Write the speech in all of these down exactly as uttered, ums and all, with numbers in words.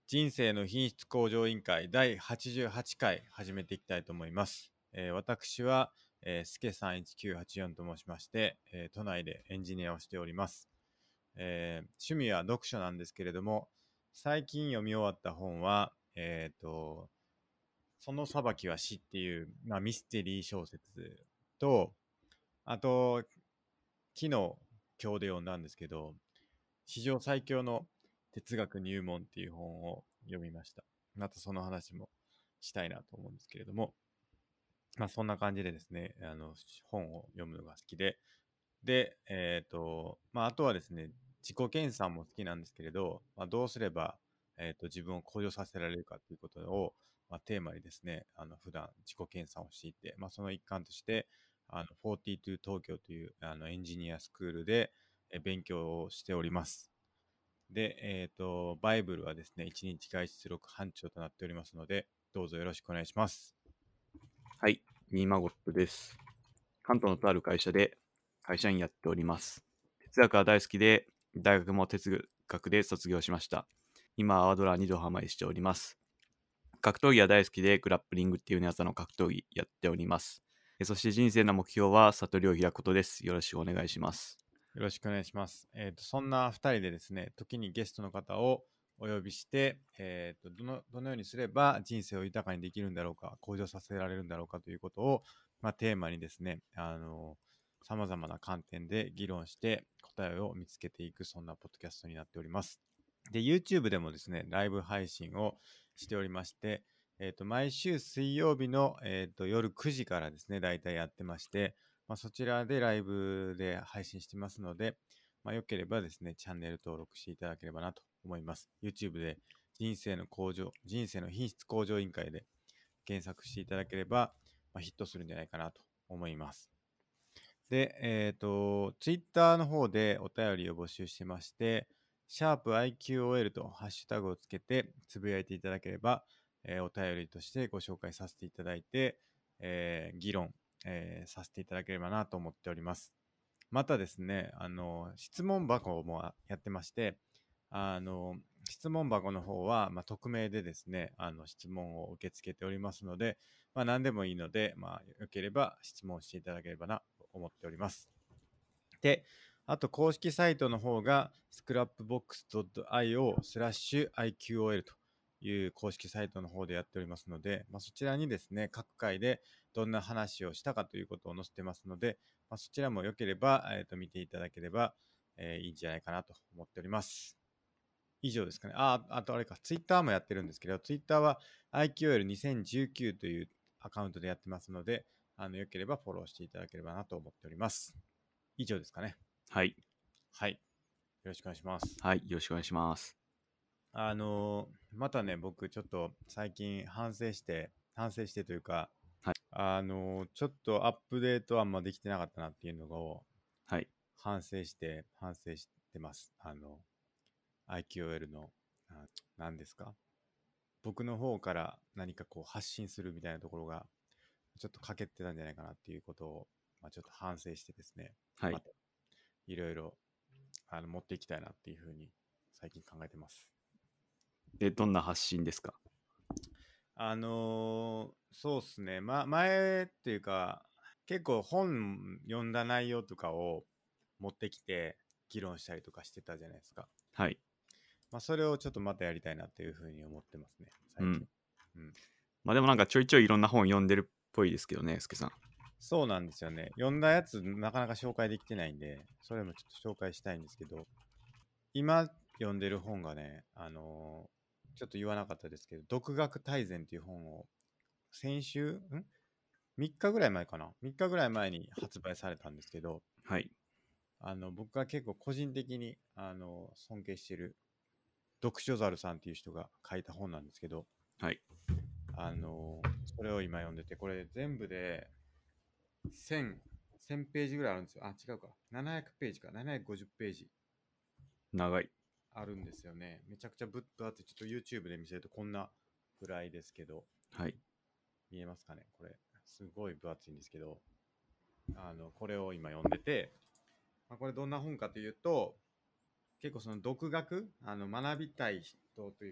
人生の品質向上委員会だいはちじゅうはちかい始めていきたいと思います。えー私は、えー、すけさんいちきゅうはちよんと申しまして、えー都内でエンジニアをしております。えー趣味は読書なんですけれども、最近読み終わった本は、えーと、その裁きは死っていう、まあ、ミステリー小説と、あと、昨日、今日で読んだんですけど、史上最強の哲学入門っていう本を読みました。またその話もしたいなと思うんですけれども、まあそんな感じでですね、あの本を読むのが好きで、で、えっ、と、まああとはですね、自己研鑽も好きなんですけれど、まあ、どうすれば、えー、と自分を向上させられるかということを、まあ、テーマにですね、あの普段自己研鑽をしていて、まあ、その一環として、あのフォーティーツー東京というあのエンジニアスクールでえ勉強をしております。で、えっ、と、バイブルはですね、いちにち外出力班長となっておりますので、どうぞよろしくお願いします。 はい、ニーマゴットです。関東のとある会社で会社員やっております。哲学が大好きで、大学も哲学で卒業しました。今はアワドラーにドハマりしております。格闘技は大好きで、グラップリングっていう技の格闘技やっております。そして人生の目標は悟りを開くことです。よろしくお願いします。 よろしくお願いします。えっ、と、そんなふたりでですね、時にゲストの方をお呼びして、えっ、とどの、どのようにすれば人生を豊かにできるんだろうか、向上させられるんだろうかということを、まあ、テーマにですね、あの、さまざまな観点で議論して答えを見つけていく、そんなポッドキャストになっております。で、YouTube でもですね、ライブ配信をしておりまして、えっ、と、毎週水曜日の、えっ、と、夜くじからですね、だいたいやってまして、まあ、そちらでライブで配信してますので、まあ、よければですね、チャンネル登録していただければなと思います。YouTube で人生の向上、人生の品質向上委員会で検索していただければ、まあ、ヒットするんじゃないかなと思います。で、えっ、と、Twitter の方でお便りを募集してまして、シャープ アイキューオーエル とハッシュタグをつけてつぶやいていただければ、えーお便りとしてご紹介させていただいて、えー議論、えーさせていただければなと思っております。またですね、あの、質問箱もやってまして、あの、質問箱の方は、まあ、匿名でですね、あの、質問を受け付けておりますので、まあ、何でもいいので、まあ、よければ質問していただければなと思っております。で、あと公式サイトの方が スクラップボックスドットアイオー スラッシュ アイキューオーエル という公式サイトの方でやっておりますので、まあ、そちらにですね、各回でどんな話をしたかということを載せてますので、まあ、そちらも良ければ、えー、と見ていただければ、えーいいんじゃないかなと思っております。以上ですかね。あ、あとあれか、ツイッターもやってるんですけど、ツイッターは アイキューエルにせんじゅうきゅう というアカウントでやってますので、あの、良ければフォローしていただければなと思っております。以上ですかね。 はい、 はい。よろしくお願いします。 はい、よろしくお願いします。 あのーまたね、僕ちょっと最近反省して、反省してというか、 はい、 あのーちょっとアップデートあんまできてなかったなっていうのをはい、 反省して、反省してます。あの、アイキューオーエル の、あ何ですか僕の方から何かこう発信するみたいなところが、ちょっと欠けてたんじゃないかなっていうことを、まあ、ちょっと反省してですね、 はい。 またいろいろあの持っていきたいなっていうふうに最近考えてます。 で、どんな発信ですか？ あのーそうっすね。ま、前っていうか、結構本読んだ内容とかを持ってきて議論したりとかしてたじゃないですか。 はい。 まあ、それをちょっとまたやりたいなっていうふうに思ってますね、最近。 うん。 うん。 まあでもなんかちょいちょいいろんな本読んでるっぽいですけどね、すけさん。 そうなんですよね。読んだやつなかなか紹介できてないんで、それもちょっと紹介したいんですけど、今読んでる本がね、あのーちょっと言わなかったですけど、独学大全っていう本を先週、んみっかぐらい前かな ?みっ 日ぐらい前に発売されたんですけど、 はい。 あの、僕が結構個人的に、あの、尊敬してる、読書猿さんっていう人が書いた本なんですけど、 はい。 あの、それを今読んでて、これ全部でせん、せんページぐらいあるんですよ。あ、違うか。ななひゃくページか。ななひゃくごじゅうページ長い。 あるんですよね。めちゃくちゃぶっとあって、ちょっと YouTube で見せるとこんなぐらいですけど、 はい。 見えますかねこれ。すごい分厚いんですけど、あの、これを今読んでて、まあ、これどんな本かというと、結構その独学、あの学びたい人というか、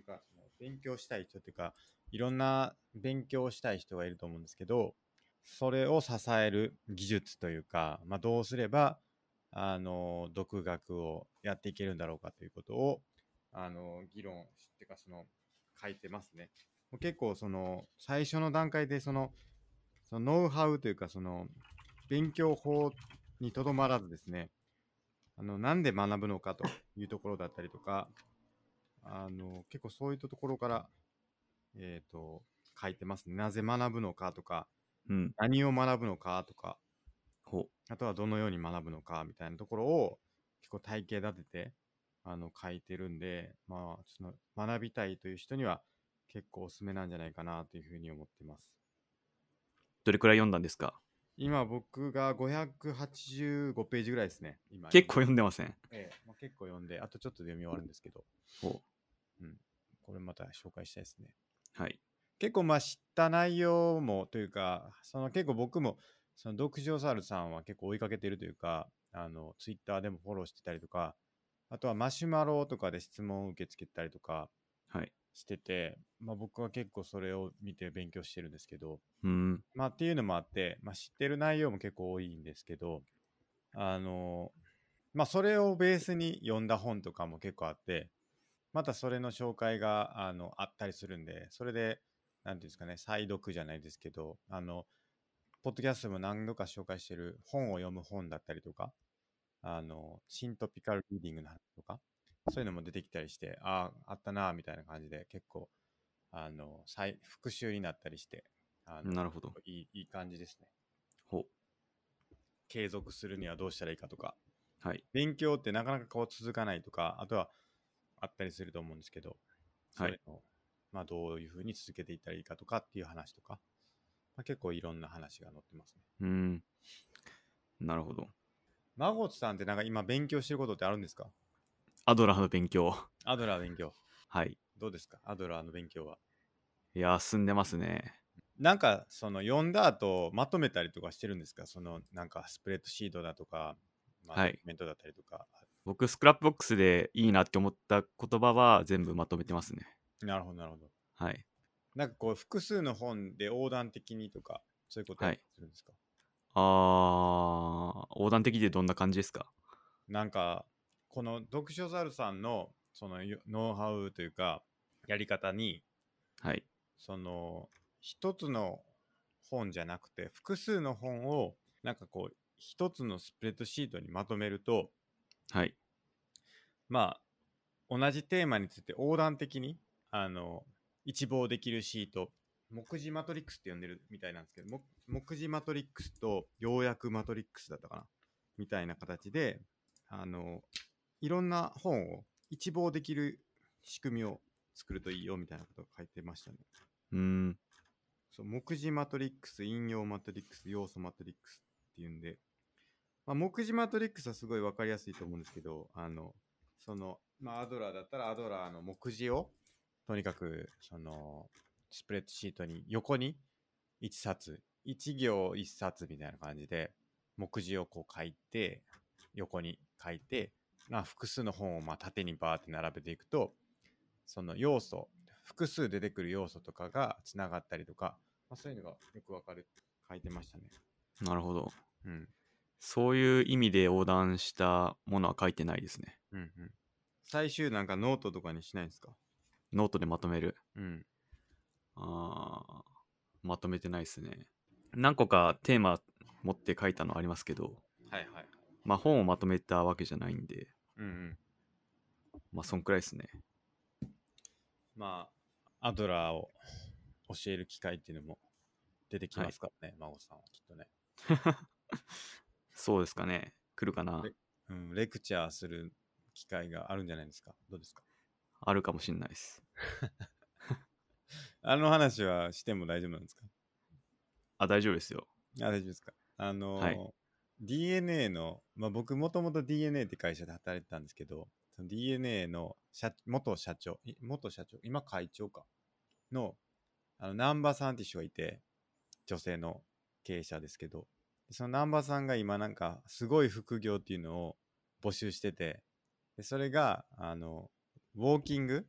勉強したい人っていうか、いろんな勉強をしたい人がいると思うんですけど、それを支える技術というか、まあ、どうすればあの独学をやっていけるんだろうかということをあの議論っていうかその書いてますね。結構その最初の段階でそのそのノウハウというかその勉強法にとどまらずですね、あのなんで学ぶのかというところだったりとか、あの結構そういったところから、えー、と書いてますね。なぜ学ぶのかとか、 うん。 何を学ぶのかとか、 ほう。 あとはどのように学ぶのかみたいなところを結構体系立ててあの書いてるんで、まあ、その学びたいという人には結構おすすめなんじゃないかなというふうに思ってます。 どれくらい読んだんですか？ 今僕がごひゃくはちじゅうごページぐらいですね。今結構読んでません？ ええまあ、結構読んで、あとちょっとで読み終わるんですけど、 ほうん、これまた紹介したいですね。 う。はい。 結構まあ知った内容もというか、その結構僕もその読書サルさんは結構追いかけてるというか、あのツイッターでもフォローしてたりとか、あとはマシュマロとかで質問を受け付けたりとかはい。 してて、まあ、僕は結構それを見て勉強してるんですけど、 うん。 まあっていうのもあって、まあ、知ってる内容も結構多いんですけど、あのまあそれをベースに読んだ本とかも結構あって、またそれの紹介があのあったりするんで、それでなんていうんですかね、再読じゃないですけど、あのポッドキャストも何度か紹介してる本を読む本だったりとか、あのシントピカルリーディングの話とか、そういうのも出てきたりして、ああ、あったなみたいな感じで、結構あの再復習になったりして、あのなるほど。 いいいい感じですね。 ほう。 継続するにはどうしたらいいかとか、 はい。 勉強ってなかなかこう続かないとか、あとはあったりすると思うんですけど、 はい。 それを、まあ、どういうふうに続けていったらいいかとかっていう話とか、まあ、結構いろんな話が載ってますね。 うん。なるほど。 マゴツさんってなんか今勉強してることってあるんですか？ アドラーの勉強。 アドラー勉強。 はい。 どうですかアドラーの勉強は。 いやー、進んでますね。 なんかその読んだ後まとめたりとかしてるんですか？そのなんかスプレッドシートだとか、まあ、 はい。 ドキュメントだったりとか。 僕、スクラップボックスでいいなって思った言葉は全部まとめてますね。 なるほどなるほど。 はい。 なんかこう複数の本で横断的にとかそういうことやっはい。 たりするんですか？ あー、横断的でどんな感じですか？ なんかこの読書ザルさんのそのノウハウというかやり方に、 はい。 その一つの本じゃなくて複数の本をなんかこう一つのスプレッドシートにまとめると、 はい。 まあ同じテーマについて横断的にあの一望できるシート、目次マトリックスって呼んでるみたいなんですけど、も目次マトリックスと要約マトリックスだったかなみたいな形で、あのいろんな本を一望できる仕組みを作るといいよみたいなことが書いてましたね。 うーん。 そう、目次マトリックス、引用マトリックス、要素マトリックスっていうんで、まあ、目次マトリックスはすごい分かりやすいと思うんですけど、あのその、まあ、アドラーだったらアドラーの目次をとにかくそのスプレッドシートに横にいっさつ、いち行いっさつみたいな感じで目次をこう書いて、横に書いて、まあ、複数の本をまあ縦にバーって並べていくと、その要素、複数出てくる要素とかがつながったりとか、まあ、そういうのがよくわかるって書いてましたね。 なるほど。 うん。 そういう意味で横断したものは書いてないですね。 うんうん。最終なんかノートとかにしないんですか？ ノートでまとめる。 うん。 あー、まとめてないですね。何個かテーマ持って書いたのありますけど、 はいはい。 まあ本をまとめたわけじゃないんで、 うんうん。 まあそんくらいですね。 まあ、アドラーを教える機会っていうのも出てきはい。 ますからね、孫さんはきっとね。 そうですかね。来るかな。 レ、うん、レクチャーする機会があるんじゃないですか。どうですか？ あるかもしんないです。 あの話はしても大丈夫なんですか？ あ、大丈夫ですよ。 あ、大丈夫ですか？あはい。 のー ディーエヌエー の、まあ、僕もともと ディーエヌエー って会社で働いてたんですけど、その ディーエヌエー の社元社長、い元社長、今会長かの、あの南波さんって人がいて、女性の経営者ですけど、その南波さんが今なんかすごい副業っていうのを募集してて、でそれがあのウォーキング、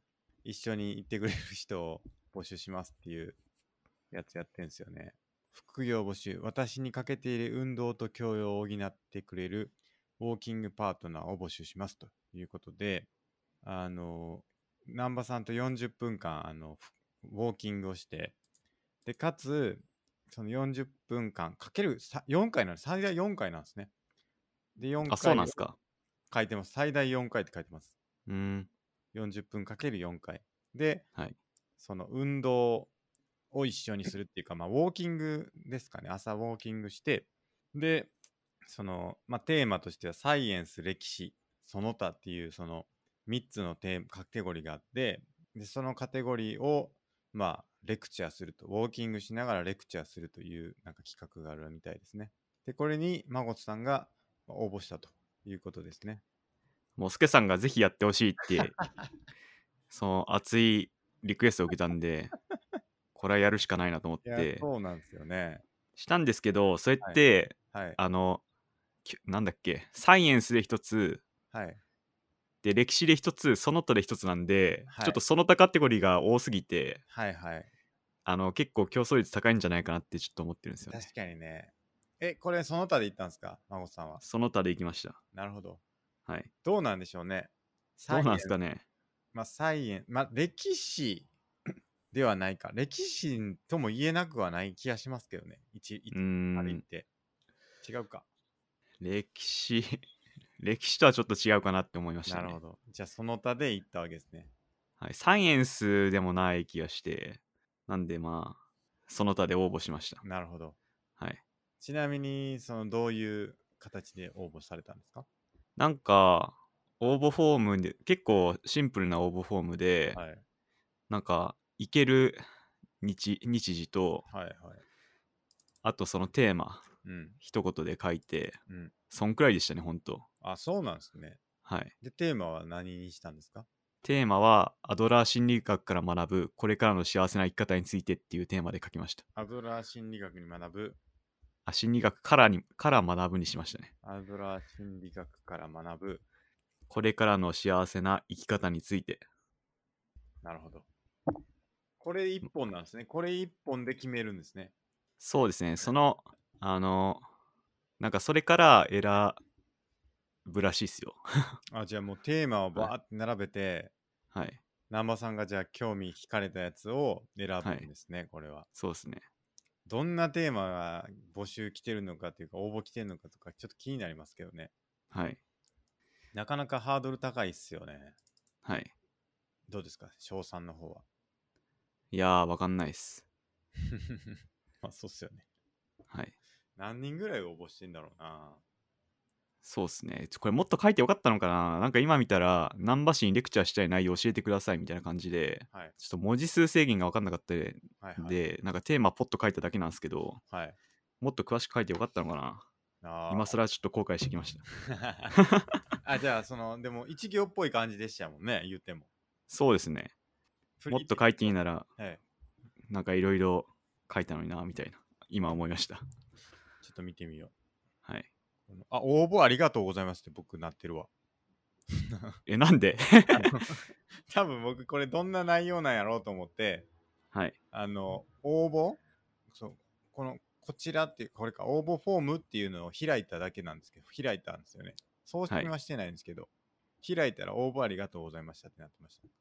一緒に行ってくれる人を募集しますっていうやつやってるんですよね。副業募集。私に欠けている運動と教養を補ってくれるウォーキングパートナーを募集しますということで、あの、南波さんとよんじゅっぷんかん、あの、ウォーキングをして、で、かつ、そのよんじゅっぷんかんかけるよんかいなんです。最大よんかいなんですね。で、4 あ、そう回なんすか。 書いてます。最大よんかいって書いてます。 うーん。 よんじゅっぷんかけるよんかい。で、 はい。 その運動を一緒にするっていうか、まあ、ウォーキングですかね。朝ウォーキングして、で、その、まあ、テーマとしては、サイエンス、歴史、その他っていう、そのみっつのテーマカテゴリーがあって、で、そのカテゴリーを、まあ、レクチャーすると、ウォーキングしながらレクチャーするという、なんか企画があるみたいですね。で、これに、まごとさんが応募したということですね。 もうすけさんがぜひやってほしいってその熱いリクエストを受けたんでこれはやるしかないなと思っいや、 てそうなんですよね。 したんですけど、それっはい。 てはい。 あのきなんだっけ、サイエンスで一つはい。 で歴史で一つ、その他で一つなんで、 はい。 ちょっとその他カテゴリーが多すぎて、 はいはい。 あの結構競争率高いんじゃないかなってちょっと思ってるんですよね。 確かにね。え、これその他で言ったんですか、まごさんは。 その他でいきました。 なるほど。 はい。 どうなんでしょうね。サイエンどうなんですかね。 まあ、サイエンまあ、歴史ではないか。歴史とも言えなくはない気がしますけどね。一、一うーん。 あれって。違うか。 歴史歴史とはちょっと違うかなって思いましたね。 なるほど。じゃあ、その他で言ったわけですね。 はい。サイエンスでもない気がして、なんでまあ、その他で応募しました。 なるほど。 はい。 ちなみに、その、どういう形で応募されたんですか？ なんか、応募フォームで、結構シンプルな応募フォームで、 はい。 なんか、行ける日日時と、 はいはい。 あとそのテーマ、 うん。 一言で書いて、 うん。 そんくらいでしたね、ほんと。 あ、そうなんですね。 はい。 で、テーマは何にしたんですか？ テーマは、アドラー心理学から学ぶ、これからの幸せな生き方についてっていうテーマで書きました。 アドラー心理学に学ぶ。 あ、心理学からに、から学ぶにしましたね。 アドラー心理学から学ぶ。 これからの幸せな生き方について。 なるほど。これ一本なんですね。これ一本で決めるんですね。 そうですね、その、あの、なんかそれから選ぶらしいっすよ。 あ、じゃあもうテーマをはい。 バーって並べて、 はい。 南波さんがじゃあ興味惹かれたやつを選ぶんはい。 ですね、これは。 そうですね。 どんなテーマが募集来てるのかというか、応募来てるのかとか、ちょっと気になりますけどね。 はい。 なかなかハードル高いっすよね。 はい。 どうですか、賞賛の方は。 いやー、わかんないっす。 まあ、そうっすよね。 はい。 何人ぐらい応募してんだろうな。 そうっすね。ちょこれもっと書いてよかったのかな。なんか今見たら、難波市にレクチャーしたい内容教えてくださいみたいな感じで、 はい。 ちょっと文字数制限が分かんなかったで、 はいはい。 でなんかテーマポッと書いただけなんですけど、 はい。 もっと詳しく書いてよかったのかな。 あ今更ちょっと後悔してきました。 あ。あ、じゃあ、その、でも一行っぽい感じでしたもんね、言っても。 そうですね。 フリーもっと書いていいなら、 はい。 なんかいろいろ書いたのにな、みたいな。今思いました。 ちょっと見てみよう。 はい。 あ、応募ありがとうございますって僕なってるわ。 え、なんで多分僕これどんな内容なんやろうと思って、 はい。 あの、応募そう、この、こちらっていう、これか、応募フォームっていうのを開いただけなんですけど、開いたんですよね。送はい。 信はしてないんですけど、開いたら応募ありがとうございましたってなってました。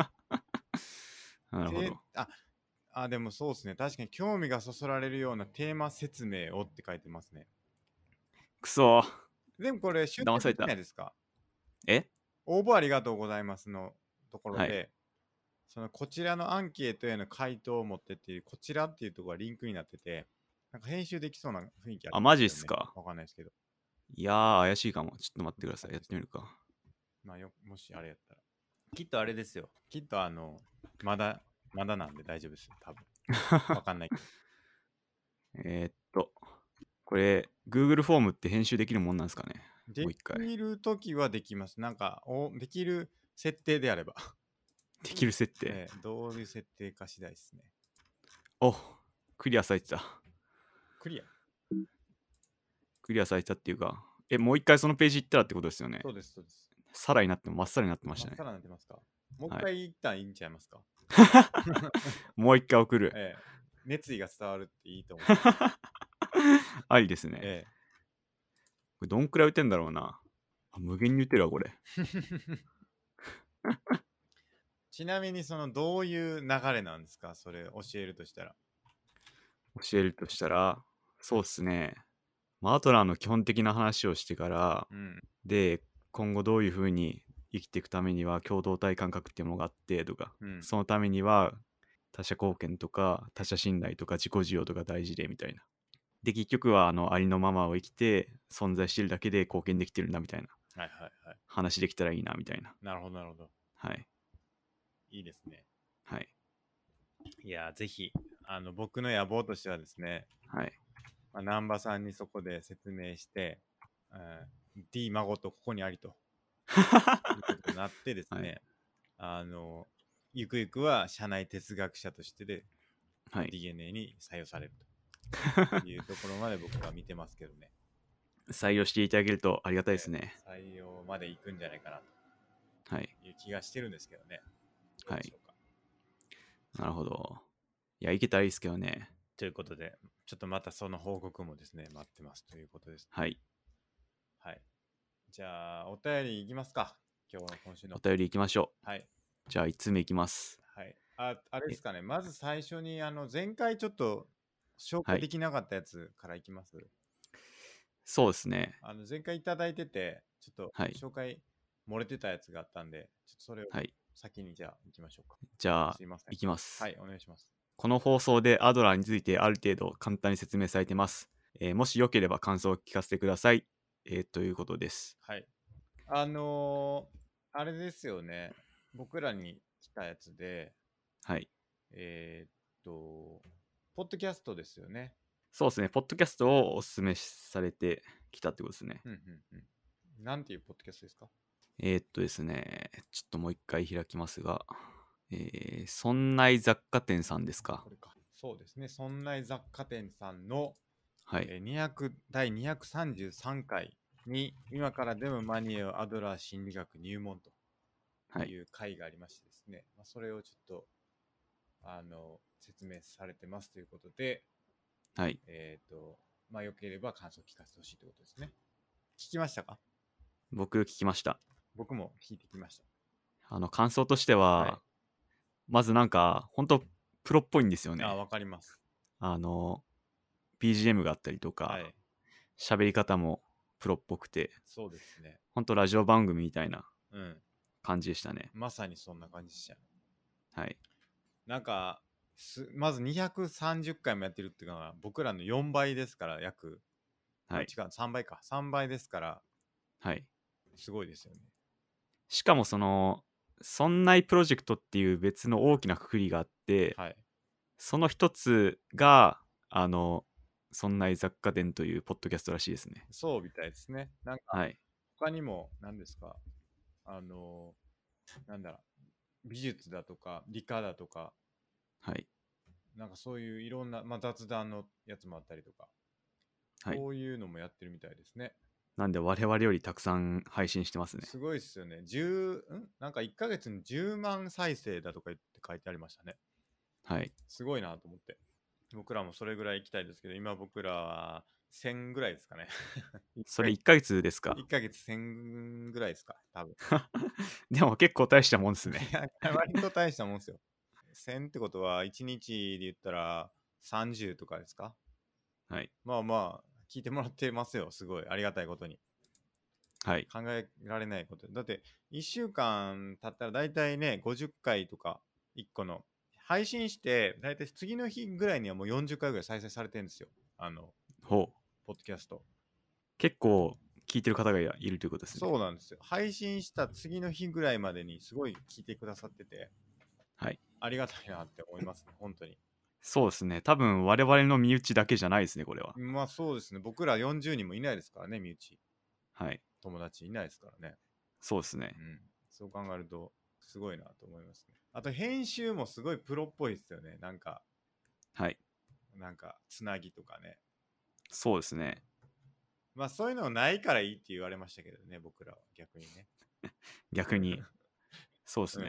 なるほど。 あ、あ、でもそうですね。確かに興味がそそられるようなテーマ説明をって書いてますね。 くそー。 でもこれ集騙された。 客できないですか？ え応募ありがとうございますのところはい。 で、そのこちらのアンケートへの回答を持ってっていう、こちらっていうところがリンクになってて、なんか編集できそうな雰囲気ああ、 りマジっますよね。 すか。 わかんないですけど。 いやー、怪しいかも。ちょっと待ってください。やってみるか。 まあよ、もしあれやったら。きっとあれですよ。きっとあの、まだ、まだなんで大丈夫ですよ。多分。わかんないけど。 えーっと、これ、Google フォームって編集できるもんなんですかね。もうで一回。 きるときはできます。なんかお、できる設定であれば。 できる設定。 ええ、どういう設定か次第ですね。 お、クリアされてた。 クリア。 クリアされてたっていうか、え、もう一回そのページ行ったらってことですよね。 そうです、そうです。 さらになっても、まっさらになってましまったね。 さらになってますか？ もう一はい回一旦いいんちゃいますか。 もう一回送る。 ええ。熱意が伝わるっていいと思う。 ありですね。 えこれどんくらい打てんだろうな。あ無限に打てるわ、これ。 え。ちなみにそのどういう流れなんですか、それ教えるとしたら。 教えるとしたら、そうっすね。まあアトラーの基本的な話をしてから、 うん。 で、今後どういうふうに生きていくためには共同体感覚っていうものがあってとか、 うん。 そのためには他者貢献とか他者信頼とか自己需要とか大事でみたいな。で、結局はあのありのままを生きて存在してるだけで貢献できてるんだみたいなはいはいはい。 話できたらいいなみたいな。 なるほどなるほど。 はい。 いいですね。 はい。 いや、ぜひ、あの、僕の野望としてはですね、 はい。 まあ、南波さんにそこで説明して、うん、D 孫とここにありということになってですね、 はいあの、ゆくゆくは社内哲学者としてで、 はい。 ディーエヌエー に採用されるというところまで僕は見てますけどね。 採用していただけるとありがたいですね。 えー採用まで行くんじゃないかなはい。 という気がしてるんですけどね。どうでしょうか。 なるほど。いや、いけたらいいですけどね。 ということで、ちょっとまたその報告もですね、待ってますということです。 はい。 はい。じゃあ、お便りいきますか。今日の今週の。 お便りいきましょう。 はい。 じゃあ、いつつめいきます。 はい。あ、あれですかね。まず最初に、あの、前回ちょっと紹はい介できなかったやつからいきます。 そうですね。 あの、前回いただいてて、ちょっとはい紹介漏れてたやつがあったんで、ちょっとそれをはい。 先にじゃあ行きましょうか。 じゃあすいません。 いきます。 はい、お願いします。 この放送でアドラーについてある程度簡単に説明されてます。えーもしよければ感想を聞かせてください。えーということです。 はい。あのーあれですよね。僕らに来たやつで、 はい。 えーっと、ポッドキャストですよね。 そうですね。ポッドキャストをお勧めされてきたってことですね。 うんうんうん。なんていうポッドキャストですか？ えーっとですね。ちょっともう一回開きますが、えー、そんない雑貨店さんですかこ。れか。そうですね。そんな雑貨店さんの、 はい。 えー、にひゃくだいにひゃくさんじゅうさんかいに、今からでも間に合うアドラー心理学入門とはい。 いう回がありましてですね。まあ、それをちょっと、あの、説明されてますということで、 はい。 えっ、と、まあ、よければ感想を聞かせてほしいということですね。聞きましたか？ 僕聞きました。 僕も聞いてきました。 あの、感想としては、 はいまずなんか、本当プロっぽいんですよね。 あ、わかります。 あの、ビージーエム があったりとか、 はい。 喋り方もプロっぽくて、 そうですね。 本当ラジオ番組みたいなうん。 感じでしたね。 まさにそんな感じでしたね。 はい。 なんか、すまずにひゃくさんじゅっかいもやってるっていうのは、僕らのよんばいですから、約。 はい。 あ違う、さんばいか。さんばいですから、 はい。 すごいですよね。 しかもその、そんないプロジェクトっていう別の大きなくくりがあって、 はい。 その一つが、あの、そんない雑貨店というポッドキャストらしいですね。 そうみたいですね。なんか、 はい。 他にも、何ですか、あの、なんだろう、美術だとか、理科だとか、 はい。 なんかそういういろんな、まあ、雑談のやつもあったりとか、 はい。 こういうのもやってるみたいですね。 なんで我々よりたくさん配信してますね。 すごいっすよね。じゅう、んなんかいっかげつにじゅうまん再生だとか言って書いてありましたね。 はい。 すごいなと思って。僕らもそれぐらい行きたいですけど、今僕らはせんぐらいですかね。 それいっかげつですか？ いっかげつせんぐらいですか、多分。 でも結構大したもんですね。 いや、割と大したもんですよ。せんってことはいちにちで言ったらさんじゅうとかですか？ はい。 まあまあ、聞いてもらってますよ。すごい。ありがたいことに。 はい。 考えられないこと。だって、いっしゅうかん経ったら大体ね、ごじゅっかいとか、いっこの。配信して、大体次の日ぐらいにはもうよんじゅっかいぐらい再生されてるんですよ。あの、 ほう。 ポッドキャスト。 結構聞いてる方がいるということですね。 そうなんですよ。配信した次の日ぐらいまでにすごい聞いてくださってて、 はい。 ありがたいなって思いますね、本当に。 そうですね。多分我々の身内だけじゃないですね、これは。 まあそうですね。僕らよんじゅうにんもいないですからね、身内。 はい。 友達いないですからね。 そうですねう。ん。そう考えると、すごいなと思いますね。あと編集もすごいプロっぽいですよね。なんか、 はい。 なんか、つなぎとかね。 そうですね。 まあそういうのないからいいって言われましたけどね、僕らは逆にね。 逆に。そうですうんね。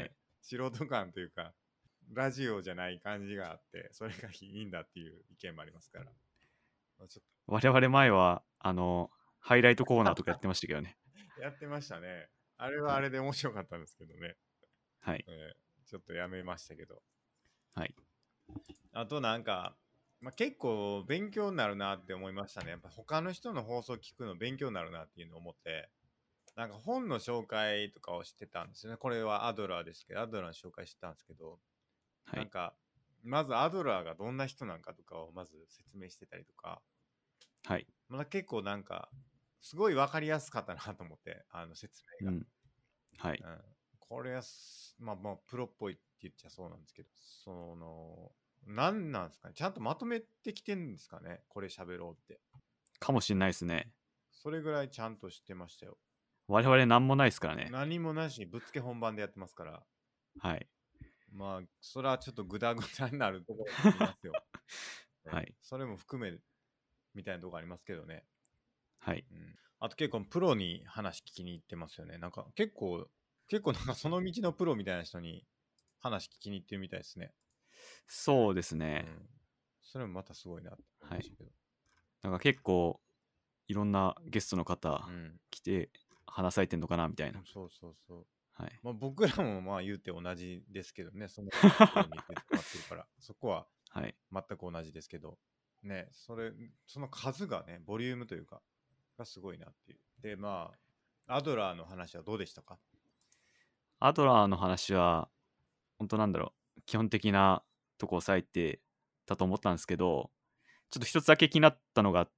素人感というか、ラジオじゃない感じがあって、それがいいんだっていう意見もありますから。まあ、ちょっ我々前は、あの、ハイライトコーナーとかやってましたけどね。 とやってましたね。あれははい。 あれで面白かったんですけどね。 はい。 えーちょっとやめましたけど。 はい。 あとなんか、まあ、結構勉強になるなって思いましたね。やっぱ他の人の放送聞くの勉強になるなっていうのを思って、なんか本の紹介とかをしてたんですよね。これはアドラーですけど、アドラーの紹介してたんですけど、 はい。 なんか、まずアドラーがどんな人なんかとかをまず説明してたりとか、 はい。 まだ結構なんか、すごいわかりやすかったなと思って、あの説明が。 うん。はい。 うん、これはす、まあまあ、プロっぽいって言っちゃそうなんですけど、その、なんなんですかね。ちゃんとまとめてきてんですかね。これ喋ろうって。 かもしんないですね。 それぐらいちゃんとしてましたよ。 我々なんもないですからね。 何もなしにぶっつけ本番でやってますから。 はい。 まあ、それはちょっとグダグダになるところもありますよ。 はい。 それも含め、みたいなところありますけどね。 はい。 うん、あと結構プロに話聞きに行ってますよね。なんか結構、結構なんかその道のプロみたいな人に話聞きに行ってるみたいですね。 そうですうね。 ん。それもまたすごいなって思いはい。 ましたけど。 なんか結構、いろんなゲストの方うん。 来て話されてんのかなみたいな。 そうそうそう。 はい。 まあ僕らもまあ言うて同じですけどね。そのプロに出てもらってるから、そこははい。 全く同じですけど、ね、それ、その数がね、ボリュームというか、がすごいなっていう。で、まあ、アドラーの話はどうでしたか？ アドラーの話は、本当なんだろう、基本的なとこ押さえてたと思ったんですけど、ちょっと一つだけ気になったのがあって、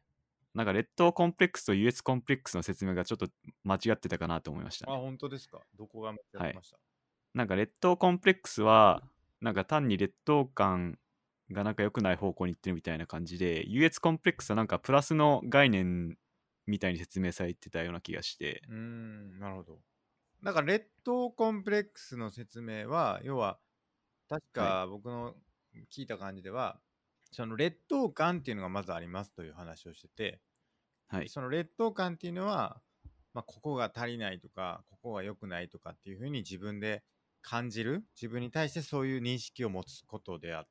なんか劣等コンプレックスと優越コンプレックスの説明がちょっと間違ってたかなと思いましたあ、 ね。 本当ですか？どこが間違っはい。 てました？ なんか劣等コンプレックスは、なんか単に劣等感がなんか良くない方向に行ってるみたいな感じで、優越コンプレックスはなんかプラスの概念みたいに説明されてたような気がして。 うーん、なるほど。だから、劣等コンプレックスの説明は、要は、確はい。 か僕の聞いた感じでは、その劣等感っていうのがまずありますという話をしてて、 はい。 でその劣等感っていうのは、まあ、ここが足りないとか、ここが良くないとかっていうふうに自分で感じる、自分に対してそういう認識を持つことであって、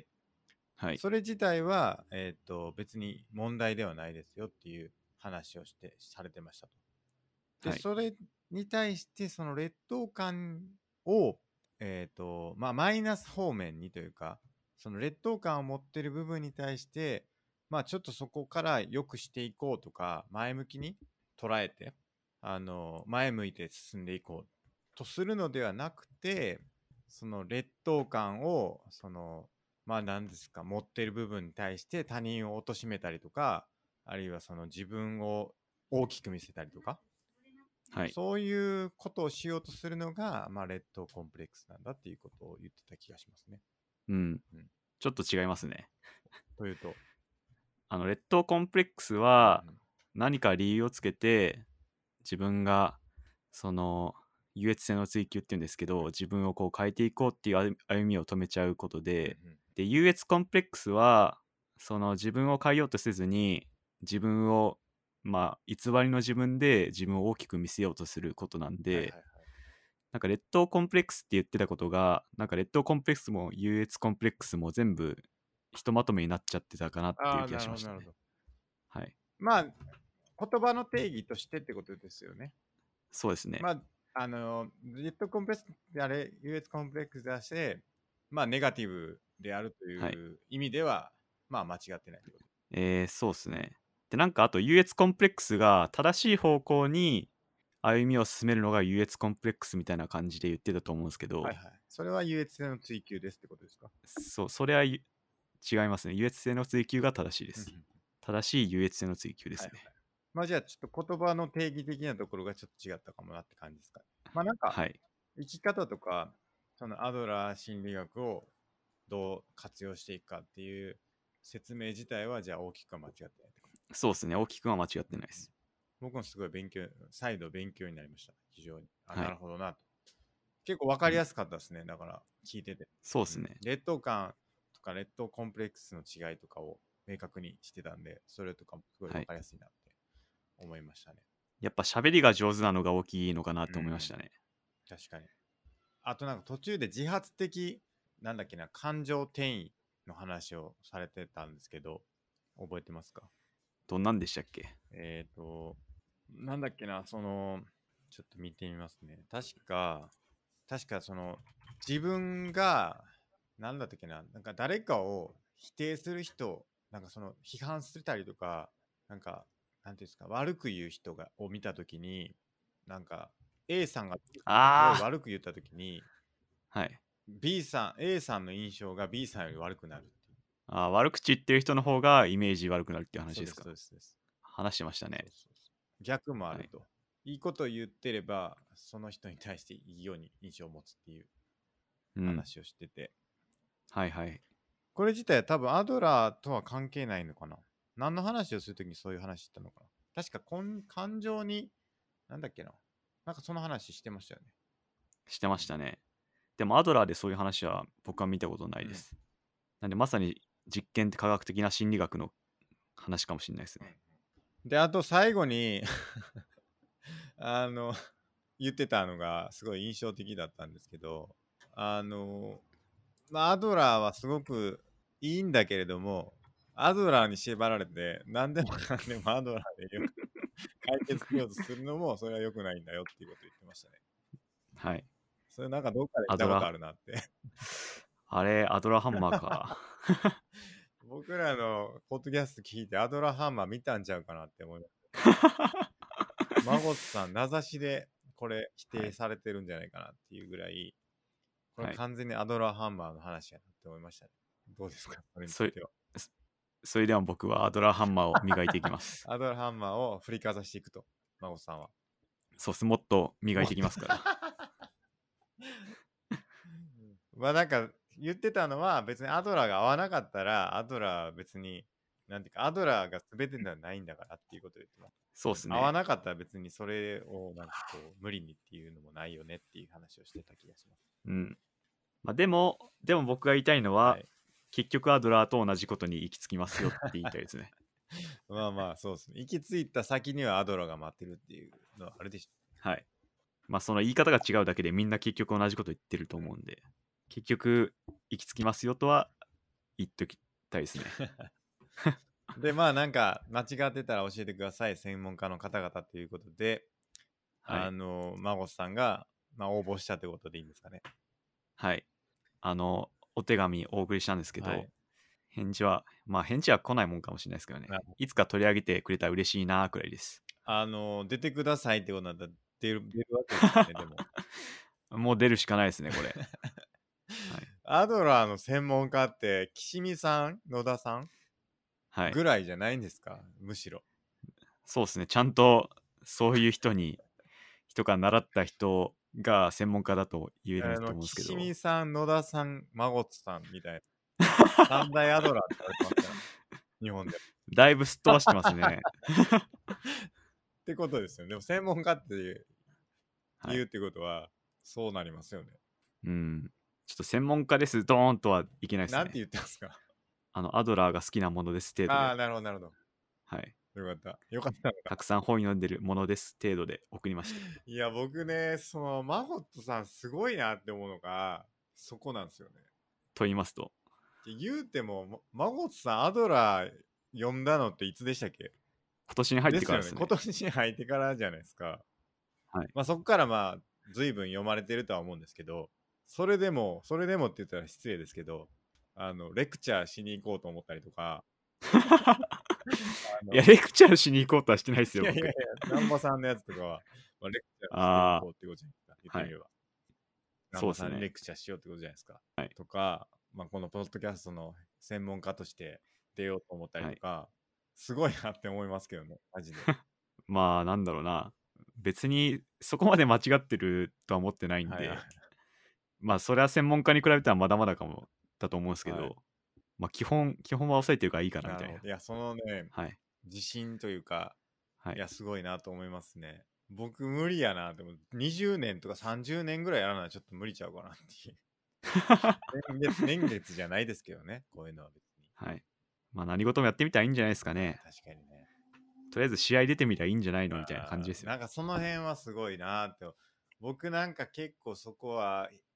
はい。 それ自体は、えっと、別に問題ではないですよっていう話をして、されてましたと。で、 はい。 それに対して、その劣等感を、えっと、まあ、マイナス方面にというか、その劣等感を持っている部分に対して、まあ、ちょっとそこから良くしていこうとか、前向きに捉えて、あの、前向いて進んでいこうとするのではなくて、その劣等感を、その、まあ、何ですか、持っている部分に対して他人を貶めたりとか、あるいはその自分を大きく見せたりとか、 はい。 そういうことをしようとするのが、まあ、劣等コンプレックスなんだっていうことを言ってた気がしますね。 うん。 うん、 ちょっと違いますね。 というと、 あの、劣等コンプレックスうんうはん、 何か理由をつけて、自分が、その、優越性の追求っていうんですけど、自分をこう変えていこうっていう歩歩みを止めちゃうことうんうで、 ん、 で、優越コンプレックスは、その自分を変えようとせずに、自分を、まあ、偽りの自分で自分を大きく見せようとすることなんで、 はいはいはい。 なんか劣等コンプレックスって言ってたことが、なんか劣等コンプレックスも優越コンプレックスも全部ひとまとめになっちゃってたかなっていああ、 う気がなるしましたね。 ほどなるほど。 はい。 まあ、言葉の定義としてってことですよね。 そうですね。 まあ、あの、劣等コンプレックスであれ、優越コンプレックスであして、まあ、ネガティブであるとはい。 いう意味では、まあ、間違ってないってこと。 えー、そうですね。で、なんかあと優越コンプレックスが正しい方向に歩みを進めるのが優越コンプレックスみたいな感じで言ってたと思うんですけど、 はいはい。それは優越性の追求ですってことですか？ そう、それはゆ違いますね。優越性の追求が正しいです。 うんうん、 正しい優越性の追求ではいはい。 すね。 まあじゃあちょっと言葉の定義的なところがちょっと違ったかもなって感じですかね。まあなんかはい。 生き方とか、そのアドラー心理学をどう活用していくかっていう説明自体はじゃあ大きくは間違ってないってこと。 そうですね。大きくは間違ってうんうん、 ないです。 僕もすごい勉強、再度勉強になりました。非常に。あ、 はい。 なるほどなと。結構わかうん。 りやすかったですね。だから聞いてて。うん、 そうですね。 劣等感とか劣等コンプレックスの違いとかを明確にしてたんで、それとかもすごいはい。 わかりやすいなって思いましたね。 やっぱ喋りが上手なのが大きいのかなと思いましうん、 たね。 確かに。 あとなんか途中で自発的なんだっけな感情転移の話をされてたんですけど、覚えてますか？ どんなんでしたっけ？ えっ、ー、となんだっけな、そのちょっと見てみますね。確か確かその自分がなんだったっけな、なんか誰かを否定する人、なんかその批判してたりとか、なんかなんていうんですか、悪く言う人がを見たときに、なんか A さんが B さんのことすごいあ悪く言ったときに、 あ、はい。 B さん A さんの印象が B さんより悪くなるっていう。 あー悪口言ってる人の方がイメージ悪くなるっていう話そうですですか？ そうですそうです。 話してましたね。 そうそうそう。逆もあはい。 ると。いいことを言ってれば、その人に対していいように印象を持つっていううん。 話をしてて。 はいはい。 これ自体は多分アドラーとは関係ないのかな。何の話をするときにそういう話したのかな。確かこん感情に、なんだっけな。なんかその話してましたよね。 してましたね。でもアドラーでそういう話は僕は見たことないです。なんでまさに実験って科学的な心理学の話かもしれないですね。 で、あと最後にあの、言ってたのがすごい印象的だったんですけど、あの、まあ、アドラーはすごくいいんだけれども、アドラーに縛られて、何でもかんでもアドラーでよ解決しようとするのも、それは良くないんだよっていうことを言ってましたね。 はい。 それなんかどっかで見アドラたことあるなってあれ、アドラーハンマーか。 僕らのポッドキャスト聞いてアドラーハンマー見たんちゃうかなって思います。マゴスさん、名指しでこれ否定されてるんじゃないかなっていうぐらい、これはい。 完全にアドラーハンマーの話やなって思いましたね。どうですか、それにつそれいては。 そそれでは僕はアドラーハンマーを磨いていきます。 アドラーハンマーを振りかざしていくと、マゴスさんは。 そうっす、もっと磨いていきますから。 まあなんか言ってたのは、別にアドラーが合わなかったら、アドラーは別に、なんていうか、アドラーが全てではないんだからっていうことを言ってます。 そうっすね。 合わなかったら別にそれをなんかこう無理にっていうのもないよねっていう話をしてた気がします。 うん。まあ、でも、でも僕が言いたいのは、はい、結局アドラーと同じことに行き着きますよって言いたいですね。 まあまあそうですね。行き着いた先にはアドラーが待ってるっていうのはあるでしょ。 はい。まあその言い方が違うだけでみんな結局同じこと言ってると思うんで、結局行き着きますよとは言っときたいですね。 でまあなんか間違ってたら教えてください、専門家の方々ということで、はい、あのマゴスさんが、まあ、応募したということでいいんですかね。 はい。あのお手紙お送りしたんですけど、はい、返事はまあ返事は来ないもんかもしれないですけどね。いつか取り上げてくれたら嬉しいなくらいです。 あの出てくださいってことなんだったら出る、出るわけですよね。でももう出るしかないですねこれ。 はい、アドラーの専門家って岸見さん、野田さん、はい、ぐらいじゃないんですか、むしろ。 そうですね、ちゃんとそういう人に人が習った人が専門家だと言えると思うんですけど、 岸見さん、野田さん、マゴッツさんみたいな三大アドラーって言われてますから日本でだいぶすっ飛ばしてますねってことですよね。でも専門家っていう、はい、言うってことはそうなりますよね。 うん。ちょっと専門家ですドーンとはいけないですね。 なんて言ってますか。 あのアドラーが好きなものです程度で。 ああ、なるほどなるほど。 はい。 よかった。よかったのか。 たくさん本読んでるものです程度で送りました。 いや、僕ね、そのマゴットさんすごいなって思うのがそこなんですよね。 と言いますと、 言うてもマゴットさんアドラー読んだのっていつでしたっけ？ 今年に入ってからですね。 ですよね。今年に入ってからじゃないですか。 はい。 まあそこからまあ随分読まれてるとは思うんですけど、それでもそれでもって言ったら失礼ですけど、あのレクチャーしに行こうと思ったりとかいやレクチャーしに行こうとはしてないですよ。 いやいやいや、南波さんのやつとかは、まあ、レクチャーしていこうってことじゃないですか。言ってみれば。南波さんにレクチャーしようってことじゃないですか。 はい、 とか、まあ、このポッドキャストの専門家として出ようと思ったりとか、はい、すごいなって思いますけどね、マジで。 まあなんだろうな、別にそこまで間違ってるとは思ってないんで、はいはい、まあそれは専門家に比べたらまだまだかもだと思うんですけど、はい、まあ基本基本は抑えてるからいいかなみたいな。 いやそのね、はい、自信というか、はい、いやすごいなと思いますね。僕無理やなって思う。にじゅうねんとかさんじゅうねんぐらいやらないとちょっと無理ちゃうかなっていう。年月年月じゃないですけどね、こういうのは別に。 はい。まあ何事もやってみたらいいんじゃないですかね。 確かにね。 とりあえず試合出てみたらいいんじゃないのみたいな感じですよ。 なんかその辺はすごいなって。僕なんか結構そこは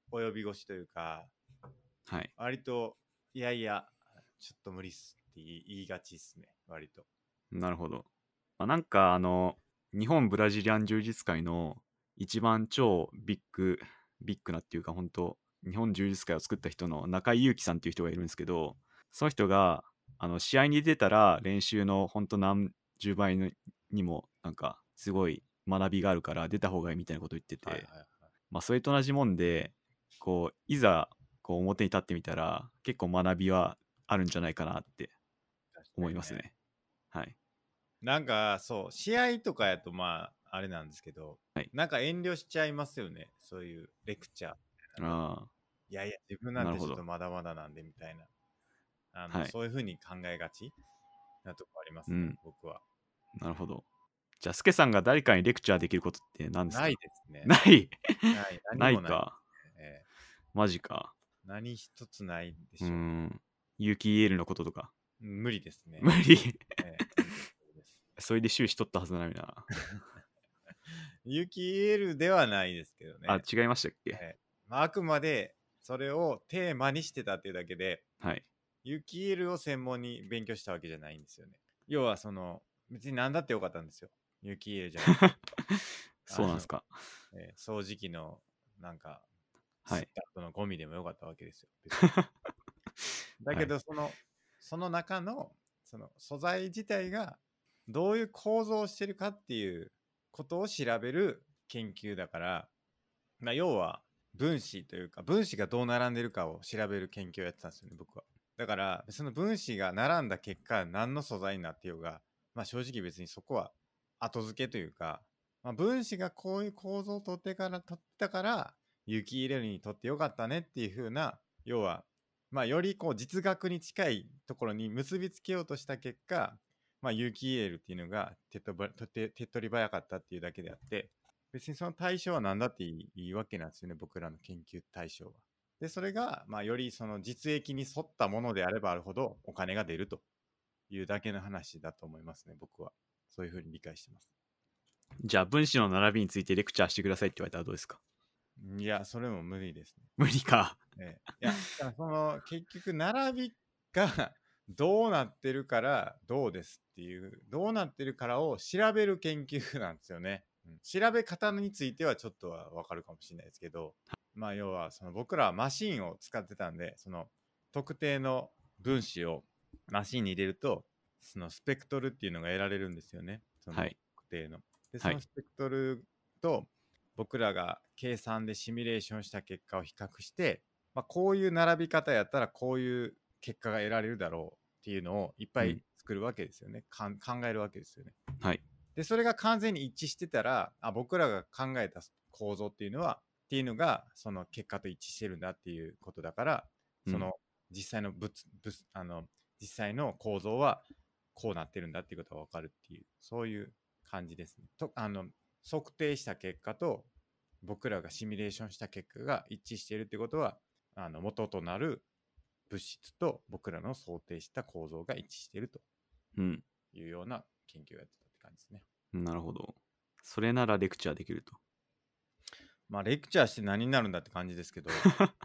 及び腰というか、 はい。 割といやいやちょっと無理っすって言い言いがちっすね、割と。 なるほど。まあ、なんかあの日本ブラジリアン柔術界の一番超ビッグビッグなっていうか本当日本柔術界を作った人の中井祐樹さんっていう人がいるんですけど、その人があの試合に出たら練習の本当何十倍のにもなんかすごい学びがあるから出た方がいいみたいなことを言ってて、 はいはいはい。 まあそれと同じもんでこういざこう表に立ってみたら結構学びはあるんじゃないかなって確かに思いますね。はい。 なんかそう試合とかやとまああれなんですけど、 はい。 なんか遠慮しちゃいますよね、そういうレクチャーみたいなので。 あいやいや自分あ、なるほど。 なんてちょっとまだまだなんでみたいな、あのはい。 そういう風に考えがちなとこありますね、 うん。 僕は。 なるほど。じゃあ、スケさんが誰かにレクチャーできることって何ですないか？ ですね。 ない。 ない。何もない。 ないか。 えーマジか。 何一つないでうーしょうね。 ん。有機 イーエル のこととか。 無理ですね。 無理。 えー無理です無理です。 それで修士取ったはずなのにな。 有機 イーエル ではないですけどあ、 ね。 違いましたっけ？ えーまあ、あくまでそれをテーマにしてたっていうだけで、 はい。 有機 イーエル を専門に勉強したわけじゃないんですよね。要はその、別に何だってよかったんですよ。有機 イーエル じゃなくて。あの、 そうなんですか。 えー掃除機のなんか、 はい。 吸った後のゴミでもよかったわけですよ。別にだはい。 けどその、その中の、その素材自体がどういう構造をしてるかっていうことを調べる研究だから、まあ、要は分子というか分子がどう並んでるかを調べる研究をやってたんですよね、僕は。だからその分子が並んだ結果何の素材になってようが、まあ、正直別にそこは後付けというか、まあ、分子がこういう構造を取ってから取ったから有機 イーエル にとってよかったねっていう風な、要はまあよりこう実学に近いところに結びつけようとした結果、まあ、有機 イーエル っていうのが手っ取り手手っ取り早かったっていうだけであって、別にその対象は何だっていいいいわけなんですよね、僕らの研究対象は。で、それが、まあ、よりその実益に沿ったものであればあるほどお金が出るというだけの話だと思いますね、僕は。そういうふうに理解してます。 じゃあ、分子の並びについてレクチャーしてくださいって言われたらどうですか？ いや、それも無理ですね。 無理か。 ええ、いや、だからその結局、並びがどうなってるからどうですっていう、どうなってるからを調べる研究なんですよね。うん、調べ方についてはちょっとは分かるかもしれないですけど、まあ要はその僕らはマシンを使ってたんで、その特定の分子をマシンに入れると、そのスペクトルっていうのが得られるんですよね。そのはい。 特定の。で、そはい。 のスペクトルと僕らが計算でシミュレーションした結果を比較して、まあ、こういう並び方やったらこういう結果が得られるだろうっていうのをいっぱいうん。 作るわけですよね。かん考えるわけですよね。 はい。 で、それが完全に一致してたら、あ、僕らが考えた構造っていうのは、っていうのが、その結果と一致してるんだっていうことだから、 うん。 その実際の物、物、あの、実際の構造はこうなってるんだっていうことがわかるっていう、そういう感じですね。と、あの、測定した結果と、僕らがシミュレーションした結果が一致しているってことは、あの、元となる物質と僕らの想定した構造が一致しているとうん。 いうような研究をやってたって感じですね。 なるほど。それならレクチャーできると。 まあ、レクチャーして何になるんだって感じですけど、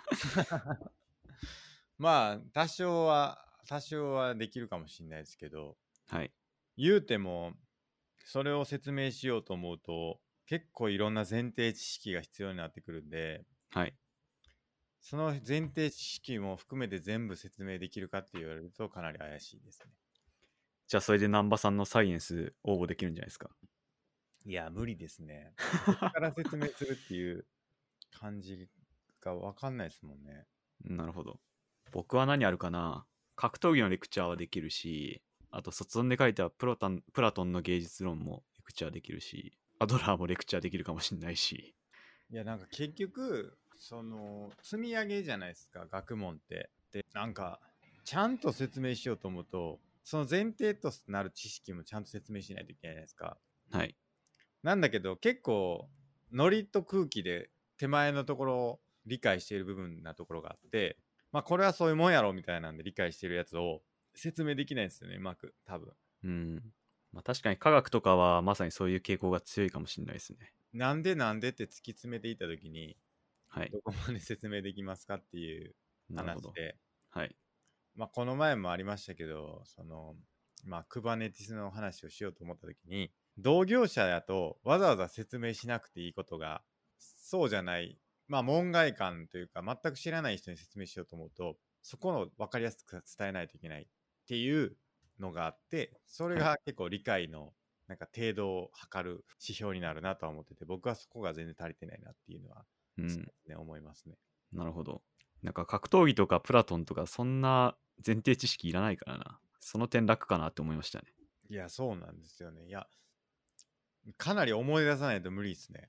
まあ、多少は、多少はできるかもしれないですけど、 はい。 言うても、それを説明しようと思うと、結構いろんな前提知識が必要になってくるんで、 はい。 その前提知識も含めて全部説明できるかって言われるとかなり怪しいですね。 じゃあ、それで南波さんのサイエンス応募できるんじゃないですか。 いや、無理ですね。そこから説明するっていう感じが分かんないですもんね。 なるほど。僕は何あるかな。格闘技のレクチャーはできるし、あと卒論で書いたプロタンプラトンの芸術論もレクチャーできるし、アドラーもレクチャーできるかもしれないし。 いや、なんか結局、その、積み上げじゃないですか、学問って。で、なんか、ちゃんと説明しようと思うと、その前提となる知識もちゃんと説明しないといけないじゃないですか。 はい。 なんだけど、結構、ノリと空気で手前のところを理解している部分なところがあって、まあ、これはそういうもんやろみたいなんで理解しているやつを説明できないですよね、うまく、多分。 うん。まあ確かに科学とかはまさにそういう傾向が強いかもしれないですね。 なんでなんでって突き詰めていったときに、 はい。 どこまで説明できますかっていうなるほど。 話で、 はい。 まあ、この前もありましたけど、その、まあ、Kubernetes の話をしようと思った時に、同業者だとわざわざ説明しなくていいことが、そうじゃない、まあ、門外漢というか、全く知らない人に説明しようと思うと、そこの分かりやすく伝えないといけないっていうのがあって、それはい。 が結構理解のなんか程度を測る指標になるなとは思ってて、僕はそこが全然足りてないなっていうのは、 うん。 そうですね、思いますね。 なるほど。なんか格闘技とかプラトンとかそんな前提知識いらないからな。その点楽かなって思いましたね。 いや、そうなんですよね。いや、かなり思い出さないと無理ですね。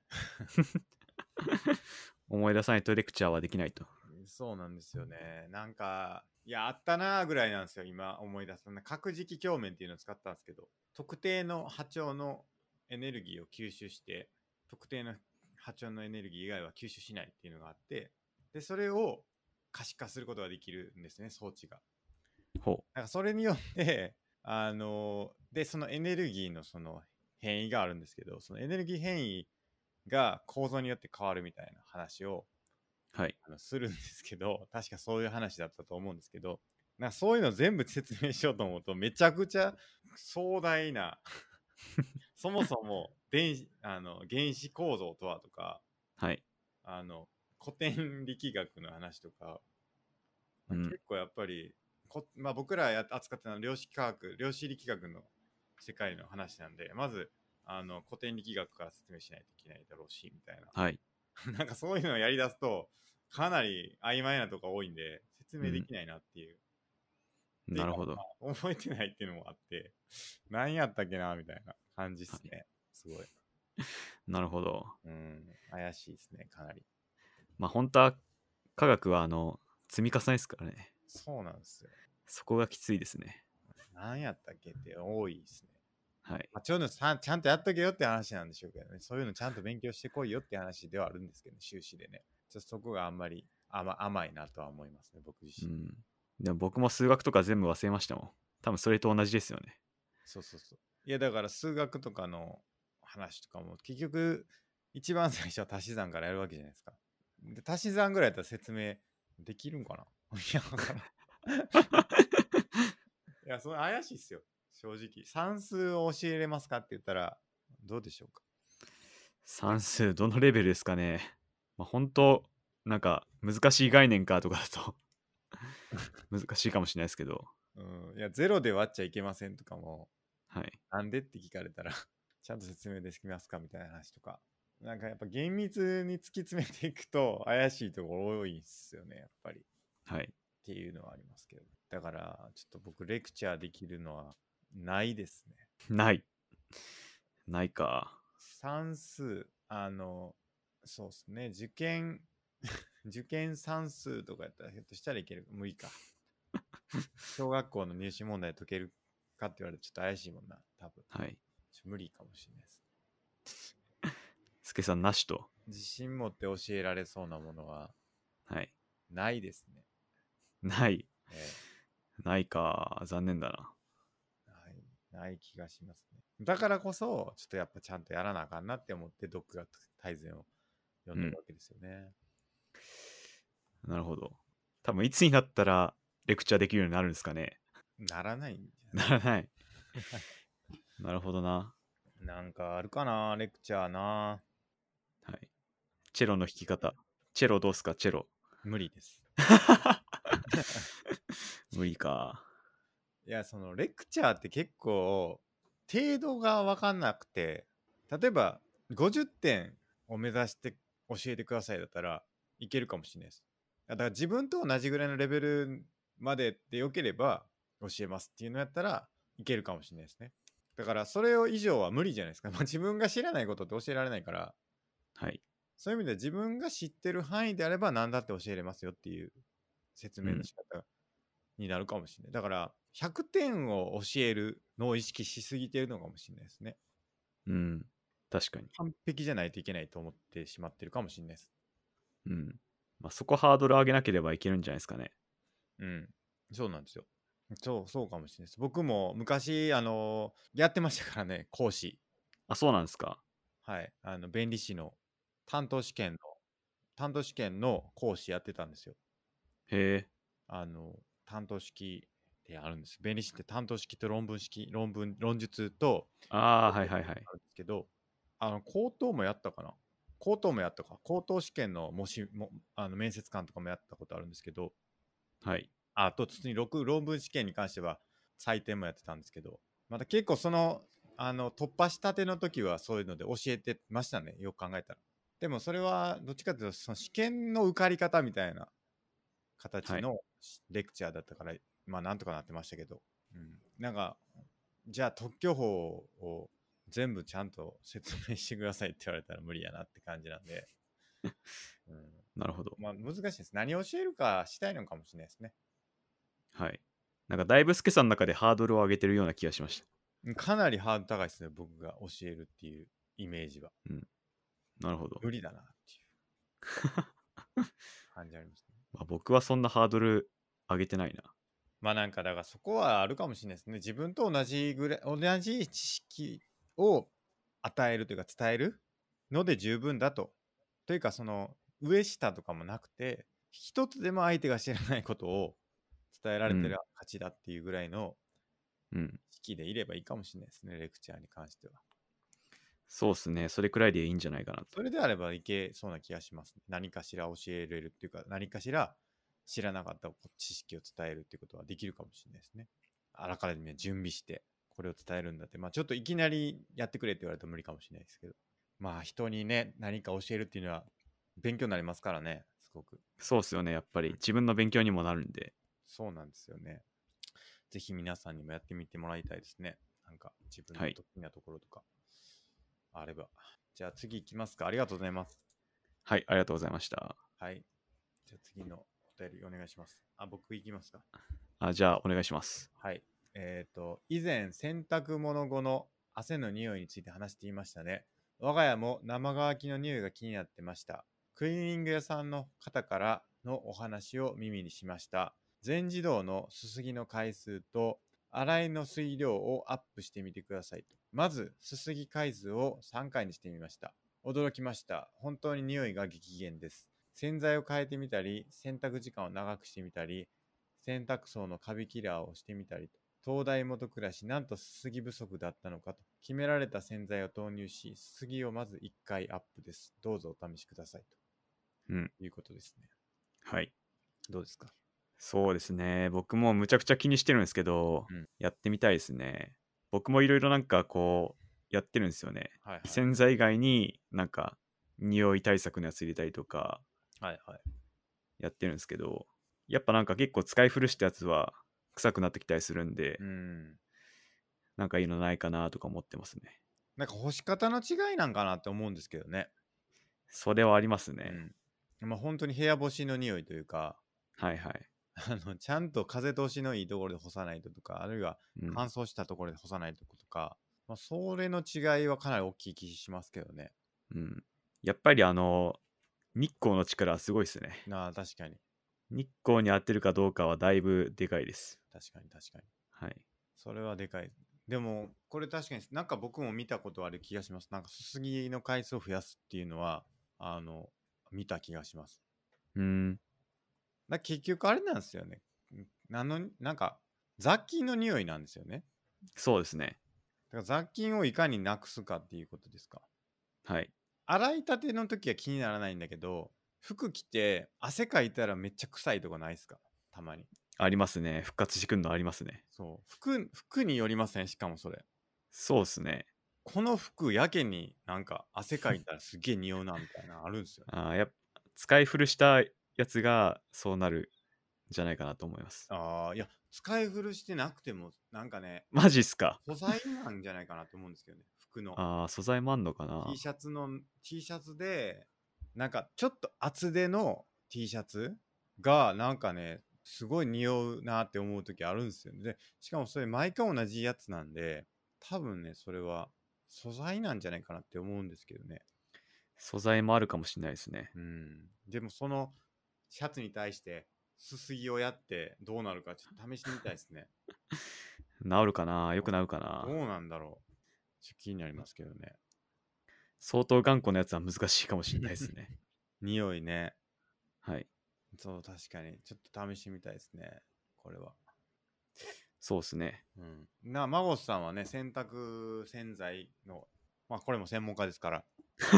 思い出さないとレクチャーはできないと。 そうなんですよね。なんか、いや、あったなーぐらいなんですよ、今思い出す。核磁気鏡面っていうのを使ったんですけど、特定の波長のエネルギーを吸収して、特定の波長のエネルギー以外は吸収しないっていうのがあって、で、それを可視化することができるんですね、装置が。 ほなんかそれによってあのでそのエネルギーのその変異があるんですけど、そのエネルギー変異が構造によって変わるみたいな話をう。はい。 あのするんですけど、確かそういう話だったと思うんですけど、なんかそういうの全部説明しようと思うとめちゃくちゃ壮大なそもそも電子あの原子構造とはとか、 はい。 あの古典力学の話とか、まあ、 うん。 結構やっぱりこ、まあ、僕らや扱ってたのは量子科学量子力学の世界の話なんで、まずあの古典力学から説明しないといけないだろうしみたいはい。 ななんかそういうのをやりだすとかなり曖昧なとこ多いんで説うん。 明できないなっていう、っていうか、 なるほど。はまあ、覚えてないっていうのもあって何やったっけなみたいな感じっすい。 ね。すごい、 なるほど。 うん、怪しいですね、かなり。 まあ本当は科学はあの積み重ねですからね。 そうなんですよ。 そこがきついですね。 何やったっけって多いですね。 はい。 まあ、ちょうどさちゃんとやっとけよって話なんでしょうけどね。そういうのちゃんと勉強してこいよって話ではあるんですけどね、修士でね。ちょっとそこがあんまり甘甘いなとは思いますね、僕自身。 うん。でも僕も数学とか全部忘れましたもん。多分それと同じですよね。 そうそうそう。いや、だから数学とかの話とかも、結局、一番最初は足し算からやるわけじゃないですか。で足し算ぐらいだったら説明できるんかないや、わからん。いや、それ怪しいっすよ、正直。算数を教えれますかって言ったら、どうでしょうか。 算数どのレベルですかね。まあ本当なんか難しい概念かとかだと難しいかもしれないですけど。 うん、いや、ゼロで割っちゃいけませんとかも、 はい。 なんでって聞かれたらちゃんと説明できますかみたいな話とか。なんかやっぱ厳密に突き詰めていくと怪しいところ多いっすよね、やっぱり。っはい。 ていうのはありますけど。だから、ちょっと僕レクチャーできるのはないですね。 ない。ないか。 算数、あの、そうですね、受験、受験算数とかやったらひょっとしたらいける。無理か。小学校の入試問題解けるかって言われるとちょっと怪しいもんな、多分。 はい。 ちょ無理かもしれないです。 すけさんなしと。 自信持って教えられそうなものははい。 ないですね。 ない。 えないか。残念だな。 え、ない、ない気がしますね。だからこそ、ちょっとやっぱちゃんとやらなあかんなって思って、独学大全を読んでるわけですよね。 なるほど。多分いつになったらレクチャーできるようになるんですかね。 ならないんじゃならない。なるほどな。 なんかあるかな、レクチャーな。 はい。チェロの弾き方。チェロどうすか、チェロ。 無理です。 無理か。 いや、そのレクチャーって結構、程度が分かんなくて、例えばごじゅってんを目指して教えてくださいだったらいけるかもしれないです。だから自分と同じぐらいのレベルまででよければ教えますっていうのやったらいけるかもしれないですね。だからそれを以上は無理じゃないですか。まあ、自分が知らないことって教えられないから、 はい。 そういう意味では自分が知ってる範囲であれば何だって教えれますよっていう説明の仕方になるかもしれない。だからひゃくてんを教えるのを意識しすぎてるのかもしれないですね。 うん。確かに。 完璧じゃないといけないと思ってしまってるかもしれないです。 うん。まあ、そこハードル上げなければいけるんじゃないですかね。 うん。そうなんですよ。そう、そうかもしれないです。僕も昔、あのやってましたからね、講師。 あ、そうなんですか。 はい。あの、弁理士の担当試験の担当試験の講師やってたんですよ。 へえ。 あの、担当式ってあるんです。弁理士って担当式と論文式、論文、論述と、 ああ、はいはいはい。 あるんですけど、あの、口頭もやったかな口頭もやったか。口頭試験の模試も、あの面接官とかもやったことあるんですけど、 はい。 あと、普通に論文試験に関しては採点もやってたんですけど、また結構その、あの、突破したての時はそういうので教えてましたね。よく考えたら。でもそれは、どっちかというと、その試験の受かり方みたいな形はい。 のレクチャーだったから、まあなんとかなってましたけど、うん、なんか、じゃあ特許法を全部ちゃんと説明してくださいって言われたら無理やなって感じなんで、うん、 なるほど。 まあ難しいです。何を教えるかしたいのかもしれないですね。 はい。なんかだいぶスケさんの中でハードルを上げてるような気がしました。 かなりハード高いですね、僕が教えるっていうイメージは。 うん。なるほど。 無理だなっていう感じありますね。 まあ僕はそんなハードル上げてないな。 まあなんかだからそこはあるかもしれないですね。自分と同じぐらい、同じ知識を与えるというか伝えるので十分だと。というかその上下とかもなくて、一つでも相手が知らないことを伝えられてる勝ちだっていうぐらいのうん。 知識でいればいいかもしれないですね、レクチャーに関しては。 そうっすね。それくらいでいいんじゃないかなと。 それであればいけそうな気がしますね。何かしら教えれるっていうか、何かしら知らなかった知識を伝えるっていうことはできるかもしれないですね。あらかじめ準備して、これを伝えるんだって。まあちょっといきなりやってくれって言われると無理かもしれないですけど。まあ人にね、何か教えるっていうのは勉強になりますからね、すごく。 そうっすよね。やっぱり自分の勉強にもなるんで。 そうなんですよね。ぜひ皆さんにもやってみてもらいたいですね。なんか自分はい。 の得意なところとかあれば。じゃあ次行きますか。ありがとうございます。 はい。ありがとうございました。 はい。じゃあ次のお便りお願いします。あ、僕行きますか。 あ、じゃあお願いします。 はい。えっ、と、以前洗濯物後の汗の匂いについて話していましたね。我が家も生乾きの匂いが気になってました。クリーニング屋さんの方からのお話を耳にしました。全自動のすすぎの回数と洗いの水量をアップしてみてくださいと。まず、すすぎ回数をさんかいにしてみました。驚きました。本当に匂いが激減です。洗剤を変えてみたり、洗濯時間を長くしてみたり、洗濯槽のカビキラーをしてみたりと。東大元暮らし、なんとすすぎ不足だったのかと。決められた洗剤を投入し、すすぎをまずいっかいアップです。どうぞお試しくださいうん。 ということですね。 はい。 どうですか？ そうですね。僕もむちゃくちゃ気にしてるんですけど、 うん、 やってみたいですね。僕もいろいろなんかこう、やってるんですよね。 はいはい。 洗剤以外になんか、匂い対策のやつ入れたりとか、 はいはい。 やってるんですけど、やっぱなんか結構使い古したやつは臭くなってきたりするんで、 うん。 なんかいいのないかなとか思ってますね。 なんか干し方の違いなんかなって思うんですけどね。 それはありますね。 うん。まあ本当に部屋干しの匂いというか、 はいはい。 あのちゃんと風通しのいいところで干さないととか、あるいはうん。 乾燥したところで干さないととか、まあ、それの違いはかなり大きい気しますけどね。 うん。やっぱりあの、日光の力はすごいですね。 なあ、確かに。 日光に当てるかどうかはだいぶでかいです。 確かに確かに。 はい。 それはでかい。でも、これ確かになんか僕も見たことある気がします。なんかすすぎの回数を増やすっていうのは、あの、見た気がします。 うーん。 だ結局あれなんですよね。なのなんか雑菌の匂いなんですよね。 そうですね。 だから雑菌をいかになくすかっていうことですか。 はい。 洗いたての時は気にならないんだけど、服着て汗かいたらめっちゃ臭いとかないですか？たまに。 ありますね。復活してくるのありますね。 そう。服、服によりません、しかもそれ。 そうですね。 この服やけになんか汗かいたらすげえ匂うなみたいなのあるんですよ。 あやっぱ使い古したやつがそうなるんじゃないかなと思います。 ああ、いや、使い古してなくても、なんかね、 マジっすか？ 素材なんじゃないかなと思うんですけどね、服の。 ああ、素材もあんのかな？ T シャツの、T シャツで、なんかちょっと厚手の T シャツが、なんかね、すごい匂うなって思う時あるんですよね。で、しかもそれ毎回同じやつなんで、多分ね、それは素材なんじゃないかなって思うんですけどね。 素材もあるかもしれないですね。 うん。でもそのシャツに対してすすぎをやってどうなるかちょっと試してみたいですね。 治るかな？よくなるかな？ どうなんだろう。ちょっと気になりますけどね。 相当頑固なやつは難しいかもしれないですね。 匂いね。 はい。 そう、確かに。ちょっと試してみたいですね。これは。 そうですね。 うん。な、マゴスさんはね、洗濯洗剤の、まあ、これも専門家ですから、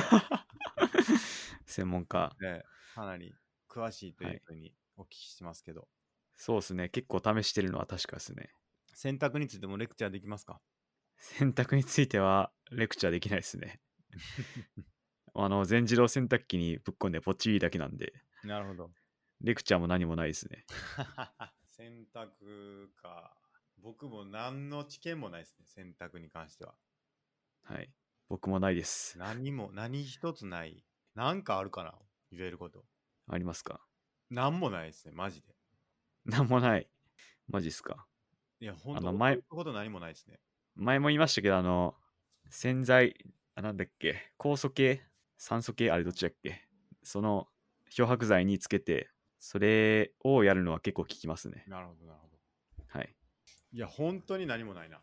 専門家。 ね、かなり詳しいとはい。 いうふうにお聞きしてますけど、 そうですね。結構試してるのは確かですね。 洗濯についてもレクチャーできますか？ 洗濯についてはレクチャーできないですね。あの、全自動洗濯機にぶっ込んでポチリだけなんで、 なるほど。 レクチャーも何もないですね。 洗濯か。僕も何の知見もないですね、洗濯に関しては。 はい。僕もないです。 何も、何一つない。なんかあるかな、言えること。 ありますか？ なんもないですね、マジで。 なんもない。マジっすか？ いや、ほんと、 あの、 驚前、 くこと何もないですね。 前も言いましたけど、あの、洗剤、あ、なんだっけ、酵素系酸素系あれどっちだっけ、その漂白剤につけて、それをやるのは結構効きますね。 なるほど、なるほど。 はい。 いや、本当に何もないな。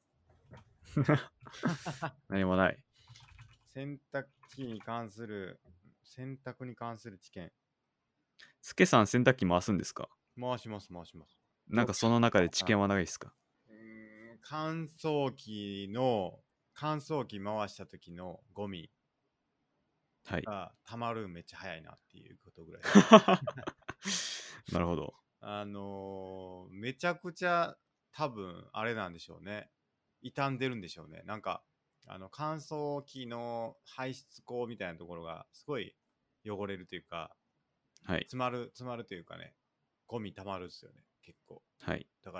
何もない。 洗濯機に関する、洗濯に関する知見。 スケさん洗濯機回すんですか？ 回します、回します。 なんかその中で知見はないですか？ うーん乾燥機の、乾燥機回した時のゴミはい。 が溜まるめっちゃ早いなっていうことぐらい。 なるほど。 あのーめちゃくちゃ多分あれなんでしょうね。傷んでるんでしょうね。なんか、あの乾燥機の排出口みたいなところがすごい汚れるというか、 はい。 詰まる、詰まるというかね、ゴミ溜まるっすよね、結構。 はい。 だから、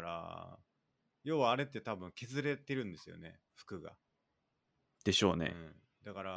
要はあれって多分削れてるんですよね、服が。 でしょうね。 うん。だから、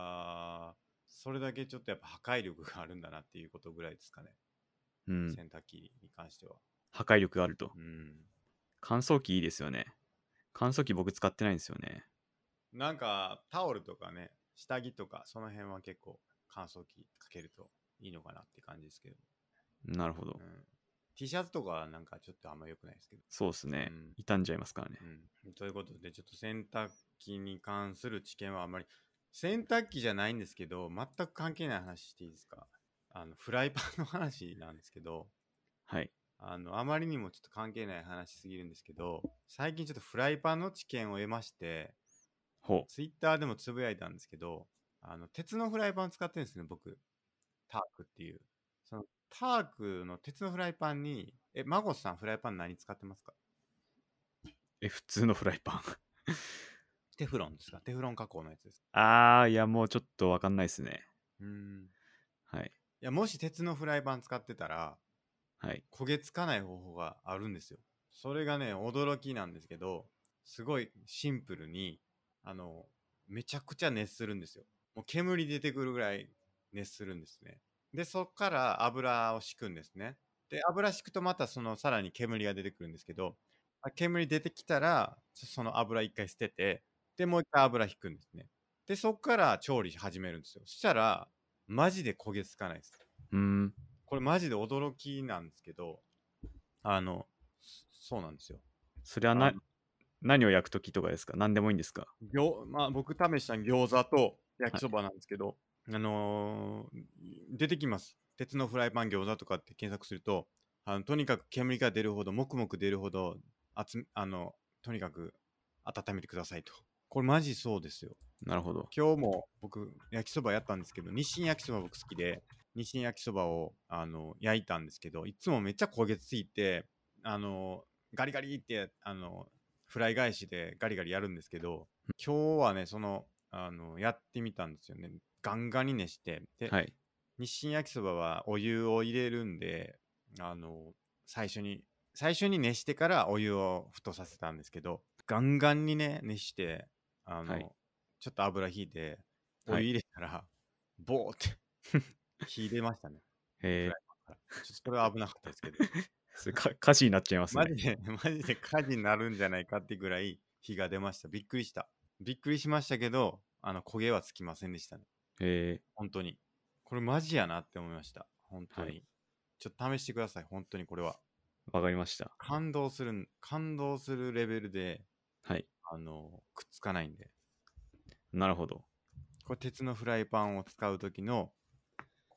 それだけちょっとやっぱ破壊力があるんだなっていうことぐらいですかね。 うん。 洗濯機に関しては。 破壊力があると。 うん。 乾燥機いいですよね。乾燥機僕使ってないんですよね。 なんか、タオルとかね、下着とか、その辺は結構乾燥機かけるといいのかなって感じですけど。 なるほど。 うん。T シャツとかはなんかちょっとあんま良くないですけど。 そうですね。 うん。 傷んじゃいますからね。 うん。ということで、ちょっと洗濯機に関する知見はあんまり、洗濯機じゃないんですけど、全く関係ない話していいですか？あの、フライパンの話なんですけど、 はい。 あの、あまりにもちょっと関係ない話すぎるんですけど、最近ちょっとフライパンの知見を得まして、 ほう。 ツイッターでもつぶやいたんですけど、あの、鉄のフライパン使ってるんですね、僕。タークっていう。その、タークの鉄のフライパンに、え、マゴスさんフライパン何使ってますか？ え、普通のフライパン。 テフロンですか？テフロン加工のやつですか？ あー、いや、もうちょっとわかんないですね。 うーん。 はい。 いや、もし鉄のフライパン使ってたら、 はい。 焦げつかない方法があるんですよ。それがね、驚きなんですけど、すごいシンプルに、あの、めちゃくちゃ熱するんですよ。もう煙出てくるぐらい熱するんですね。で、そっから油を敷くんですね。で、油敷くとまたそのさらに煙が出てくるんですけど、あ煙出てきたら、その油一回捨てて、で、もう一回油引くんですね。で、そっから調理し始めるんですよ。そしたら、マジで焦げつかないです。 うーん。 これマジで驚きなんですけど、あの、そうなんですよ。 それはな、 あの、 何を焼くときとかですか？何でもいいんですか？ 餃まあ、僕試した餃子と焼はい。 きそばなんですけど、あのー出てきます。鉄のフライパン餃子とかって検索すると、あのとにかく煙が出るほど、もくもく出るほど、あつあの、とにかく温めてくださいと。これマジそうですよ。 なるほど。 今日も僕、焼きそばやったんですけど、日清焼きそば僕好きで、日清焼きそばをあの焼いたんですけど、いつもめっちゃ焦げついて、あの、ガリガリって、あの、フライ返しでガリガリやるんですけど、今日はね、その、あの、やってみたんですよね。ガンガンに熱して。で、 はい。 日清焼きそばはお湯を入れるんで、あの、最初に、最初に熱してからお湯を沸騰させたんですけど、ガンガンにね、熱して、あの、 はい。 ちょっと油引いて、おはい。 湯入れたら、ボーって火出ましたね。フえライパンから。ちょっとそれは危なかったですけど。 ー、それか火事になっちゃいますね。 マジで、マジで火事になるんじゃないかってぐらい火が出ました。びっくりした。びっくりしましたけど、あの、焦げはつきませんでしたね。 え本当に。これマジやなって思いました。本ー、はい。 当に。ちょっと試してください。本当にこれは。 わかりました。 感動する、感動するレベルで、 はい。 あの、くっつかないんで。 なるほど。 これ鉄のフライパンを使う時の、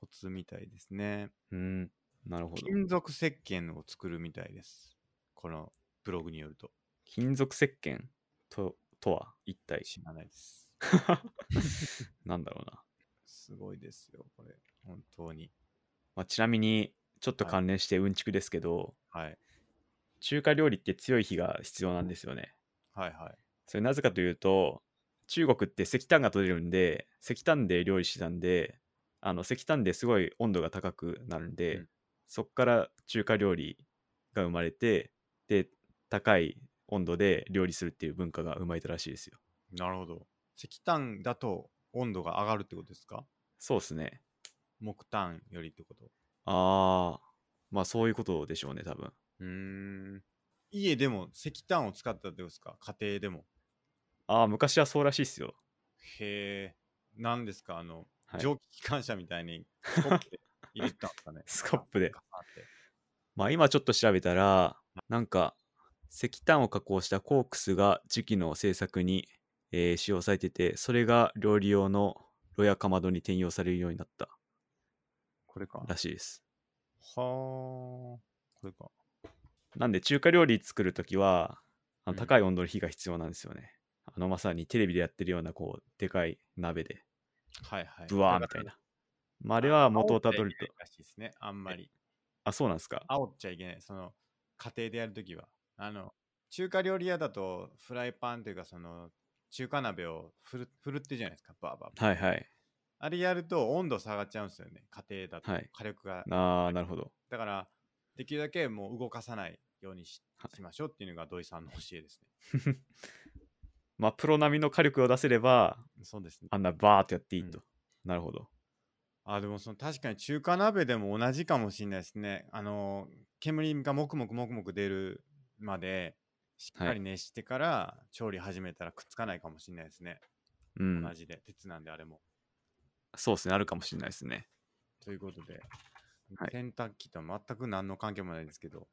コツみたいですね。 うん、なるほど。 金属石鹸を作るみたいです。このブログによると。 金属石鹸ととは一体知らないです。 なんだろうな。 すごいですよ、これ。本当に。 まあ、ちなみに、ちょっとはい。 関連してうんちくですけど、 はい。 中華料理って強い火が必要なんですよね。 はいはい。 それなぜかというと、中国って石炭が取れるんで、石炭で料理してたんで、あの石炭ですごい温度が高くなるんで、 うん。 そこから中華料理が生まれて、で、高い温度で料理するっていう文化が生まれたらしいですよ。 なるほど。石炭だと温度が上がるってことですか？ そうですね。 木炭よりってこと？ ああ、まあそういうことでしょうね、多分。 うーん。家でも石炭を使ったってことですか？家庭でも。 ああ、昔はそうらしいっすよ。 へえ。何ですか？あの、 はい。 蒸気機関車みたいにスコップで入れてたんですかね？ スコップで。 ガサって。 まあ今ちょっと調べたら、なんか石炭を加工したコークスが磁器の製作に、えー使用されてて、それが料理用の炉やかまどに転用されるようになったこれか。 らしいです。 はあ。これか。 なんで中華料理作るときは、あのうん。 高い温度の火が必要なんですよね。あのまさにテレビでやってるようなこうでかい鍋ではいはい。 ブワだから、 ーみたいな。まあ、あれあの、 は元煽っをたどると、 ちゃいけないらしいですね。あんまえ、 り。 あ、そうなんですか。 煽っちゃいけない。その、家庭でやるときは。あの、中華料理屋だと、フライパンというか、その、中華鍋をふる振るってるじゃないですか。バーバーバー。 はいはい。 あれやると温度下がっちゃうんですよね。家庭だと。 はい。 火力が。 ああ、なるほど。 だから、できるだけもう動かさないようにし、 はしましょうっていうのが土井さんの教えですい。まあ、プロ並みの火力を出せれば、 ね。そうですね。 あんなバーっとやっていうん。 いと。なるほど。 あ、でもその確かに中華鍋でも同じかもしれないですね。あの、煙がもくもくもくもく出るまで、しっはい。 かり熱してから調理始めたらくっつかないかもしれないですね。 うん。 同じで。鉄なんであれも。 そうですね。あるかもしれないですね。 ということで、 はい。 洗濯機とは全く何の関係もないですけど、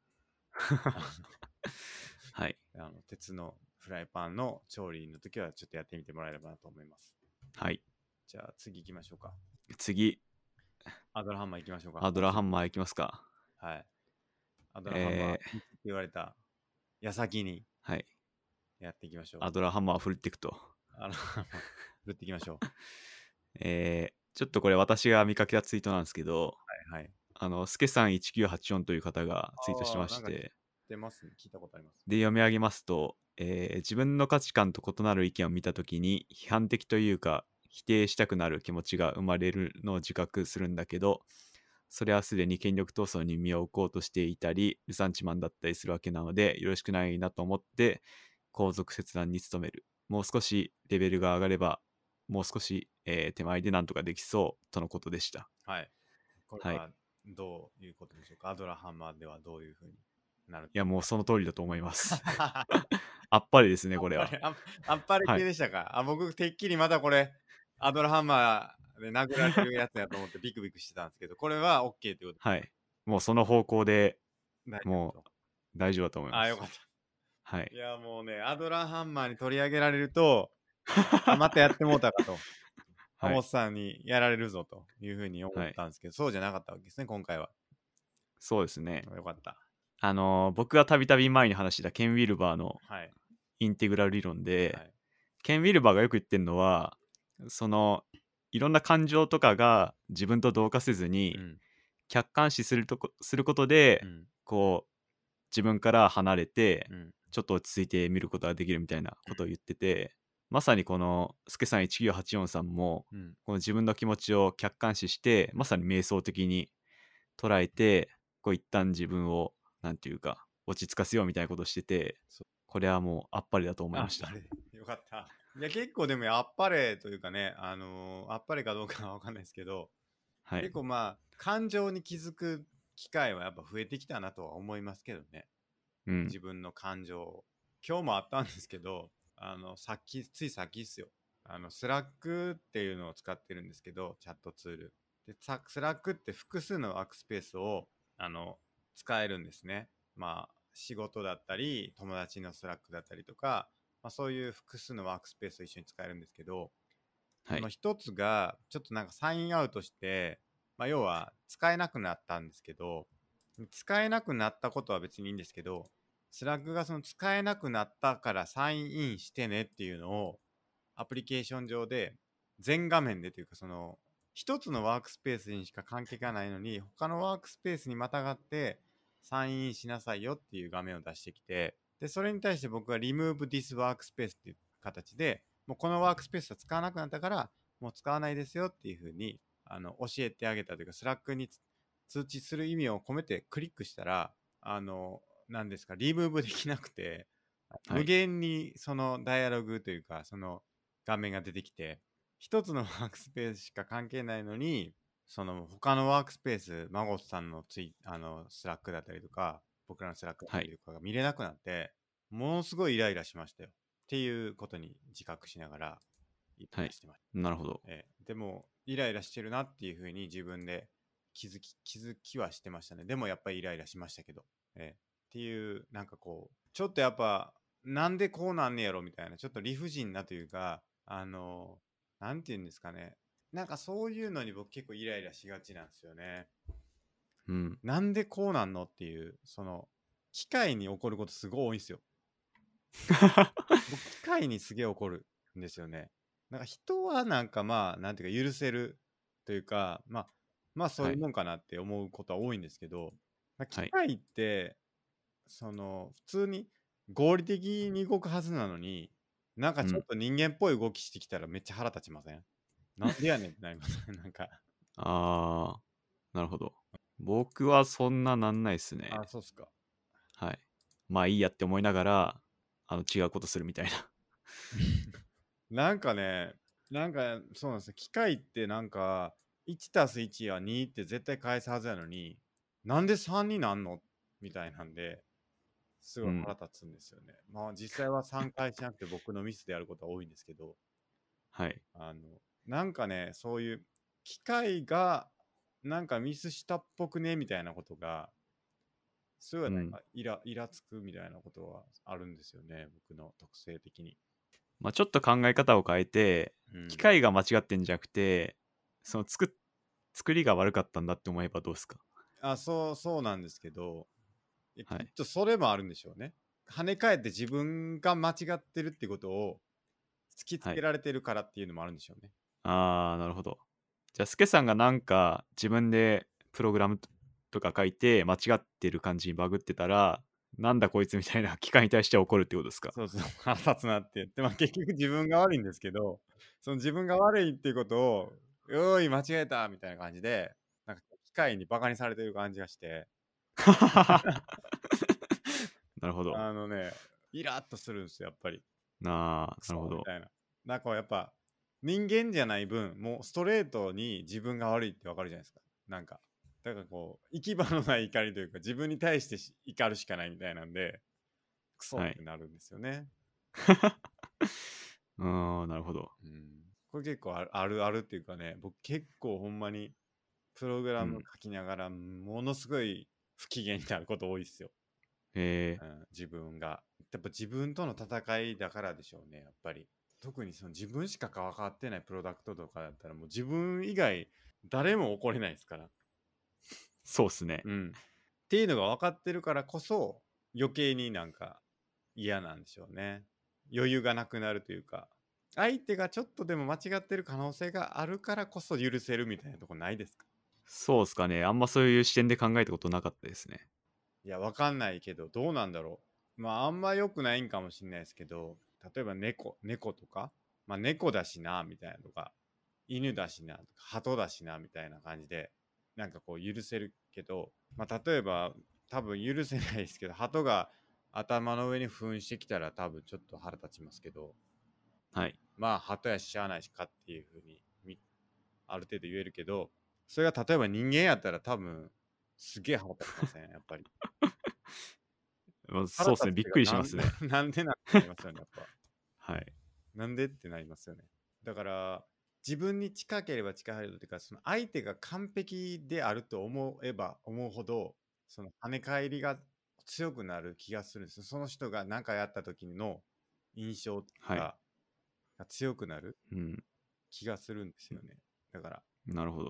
はい。 あの鉄のフライパンの調理の時はちょっとやってみてもらえればなと思います。 はい。 じゃあ次行きましょうか。 次、 アドラハンマー行きましょうか。 アドラハンマーいきますか。 はい。アドラハンマー、 えー、 いいって言われた矢先にはい。 やっていきましょう。 アドラハンマーを振っていくと。 アドラハンマー、振っていきましょう。 えー、ちょっとこれ私が見かけたツイートなんですけど、 はいはい。 あの、スケさんいちきゅうはちよんという方がツイートしてああ、なんか知っまして、 てますね。聞いたことあります。 で、読み上げますと、えー自分の価値観と異なる意見を見たときに、批判的というか、否定したくなる気持ちが生まれるのを自覚するんだけど、それはすでに権力闘争に身を置こうとしていたり、ルサンチマンだったりするわけなので、よろしくないなと思って、皇族切断に努める。もう少しレベルが上がれば、もう少し、えー手前でなんとかできそうとのことでした。 はい。これはい。いはどういうことでしょうか。アドラハンマーではどういうふうになる。 や、もうその通りだと思います。あっぱれですね、これは。 あっぱれ、ああっぱれはい。 系でしたか。あ、僕、てっきりまだこれ、アドラハンマーで殴られるやつやと思ってビクビクしてたんですけど、これは OK ってこと。 はい。もうその方向で大丈夫と。 もう大丈夫だと思いまあ、よす。 かった。 はい。 いや、もうね、アドラハンマーに取り上げられると、あ、またやってもうたかと。ハはい。 モスさんにやられるぞというふうに思っはい。 たんですけど、そうじゃなかったわけですね、今回は。 そうですね。 よかった。 あのー僕がたびたび前に話したケン・ウィルバーのはい。 インテグラル理論で、 はい。 ケン・ウィルバーがよく言ってるのは、そのいろんな感情とかが自分と同化せずにうん。 客観視するとこすることで、 うん。 こう自分から離れてうん。 ちょっと落ち着いて見ることができるみたいなことを言ってて、まさにこのスケさんいちきゅうはちよんさんもうん。 この自分の気持ちを客観視してまさに瞑想的に捉えて、こう一旦自分をなんていうか落ち着かせようみたいなことをしてて、 そう。 これはもうあっぱれだと思いました。 あっぱれ。よかった。いや、結構でもあっぱれというかね、あのーあっぱれかどうかはわかんないですけど、 はい。 結構まあ、感情に気づく機会はやっぱ増えてきたなとは思いますけどね。 うん。 自分の感情を。今日もあったんですけど、あの、さっき、ついさっきっすよ。あの、スラックっていうのを使ってるんですけど、チャットツール。で、さスラックって複数のワークスペースを、あの、使えるんですね。まあ、仕事だったり、友達のスラックだったりとか、まあ、そういう複数のワークスペースを一緒に使えるんですけど、 はい。 その一つが、ちょっとなんかサインアウトして、 まあ、要は使えなくなったんですけど、使えなくなったことは別にいいんですけど、スラックがその使えなくなったからサインインしてねっていうのをアプリケーション上で全画面でというか、その一つのワークスペースにしか関係がないのに他のワークスペースにまたがってサインインしなさいよっていう画面を出してきて、でそれに対して僕は Remove this workspace っていう形で、もうこのワークスペースは使わなくなったからもう使わないですよっていう風にあの教えてあげたというか、スラックに通知する意味を込めてクリックしたら、あの何ですか、リムーブできなくて、無はい。 限にそのダイアログというかその画面が出てきて、一つのワークスペースしか関係ないのに、その他のワークスペース、マゴットさんのツイあのスラックだったりとか、僕らのスラックだっはい。 たりとかが見れなくなって、ものすごいイライラしましたよ。っていうことに自覚しながらイラはい。 イラしてました。 なるほど。 えーでも、イライラしてるなっていうふうに自分で気づき、気づきはしてましたね。でもやっぱりイライラしましたけど。えーっていう、なんかこう、ちょっとやっぱ、なんでこうなんねやろみたいな、ちょっと理不尽なというか、あの、なんていうんですかね。なんかそういうのに僕結構イライラしがちなんですよね。 うん。 なんでこうなんのっていう、その、機械に起こることすごい多いんですよ。僕、機械にすげえ怒るんですよね。なんか人はなんかまあ、なんていうか許せるというか、まあ、まあそうはい。 いうもんかなって思うことは多いんですけど、まあ機はい。 械って、その、普通に合理的に動くはずなのに、なんかうん。 ちょっと人間っぽい動きしてきたらめっちゃ腹立ちません？なんでやねんってなりますね、なんか。 ああ、なるほど。僕はそんななんないっすね。 あ、そうっすか。 はい。まあいいやって思いながら、あの違うことするみたいな。 なんかね、なんかそうなんですよ。機械ってなんか、いちたすいちはにって絶対返すはずやのに、なんでさんになんのみたいなんで、すごいうん。 腹立つんですよね。まあ実際はさん返しなくて僕のミスであることは多いんですけど、 はい。 あの、なんかね、そういう機械がなんかミスしたっぽくねみたいなことが、すごいなんうん。 かイライラつくみたいなことはあるんですよね、僕の特性的に。 まあちょっと考え方を変えて、機うん。 械が間違ってんじゃなくて、その作っ作りが悪かったんだって思えばどうですか？ あ、そう、そうなんですけど、いやはい。 きっとそれもあるんでしょうね。跳ね返って自分が間違ってるってことを突きつはい。 けられてるからっていうのもあるんでしょうね。 ああ、なるほど。じゃあ、スケさんがなんか自分でプログラムとか書いて間違ってる感じにバグってたら、なんだこいつみたいな機械に対して怒るってことですか？ そうそう、腹立つなって。で、まあ結局自分が悪いんですけど、その自分が悪いっていうことを、おーい、間違えたみたいな感じで、なんか機械にバカにされてる感じがして、 なるほど。 あのね、イラッとするんですよ、やっぱり。 なあ、 クなるほど。 ソみたいな。なんかやっぱ人間じゃない分、もうストレートに自分が悪いってわかるじゃないですか。なんか。だからこう、行き場のない怒りというか、自分に対してし怒るしかないみたいなんで、クソっはい。 てなるんですよね。 うーん、なるほど。 うん。これ結構あるあるあるっていうかね、僕結構ほんまにプログラムうん。 書きながら、ものすごい不機嫌になること多いですよ。 えうん、自分が。やっぱ自分との戦いだからでしょうね、やっぱり。特にその自分しか関わってないプロダクトとかだったらもう自分以外誰も怒れないですから。 ー、そうっすね。 うん。っていうのが分かってるからこそ余計になんか嫌なんでしょうね。余裕がなくなるというか、相手がちょっとでも間違ってる可能性があるからこそ許せるみたいなとこないですか？ そうっすかね。あんまそういう視点で考えたことなかったですね。 いや、わかんないけど、どうなんだろう。まあ、あんま良くないんかもしれないですけど、例えば猫、猫とか、まあ、猫だしな、みたいなとか、犬だしな、とか、鳩だしな、みたいな感じで、なんかこう許せるけど、まあ、例えば、多分許せないですけど、鳩が頭の上に噴してきたら多分ちょっと腹立ちますけど、 はい。 まあ、鳩やししゃあないしかっていうふうにみある程度言えるけど、それが例えば人間やったら多分、すげえ腹立ちません、やっぱり。 まあ腹そうっすね。びっく立つっていうか、なん、 りしますね。 なんでなんてなりますよね、やっぱ。 はい。 なんでってなりますよね。だから、自分に近ければ近いほどというか、その相手が完璧であると思えば思うほど、その跳ね返りが強くなる気がするんですよ。その人が何かやった時の印象はい。 がが強くなるうん。 気がするんですよね。だから、 なるほど。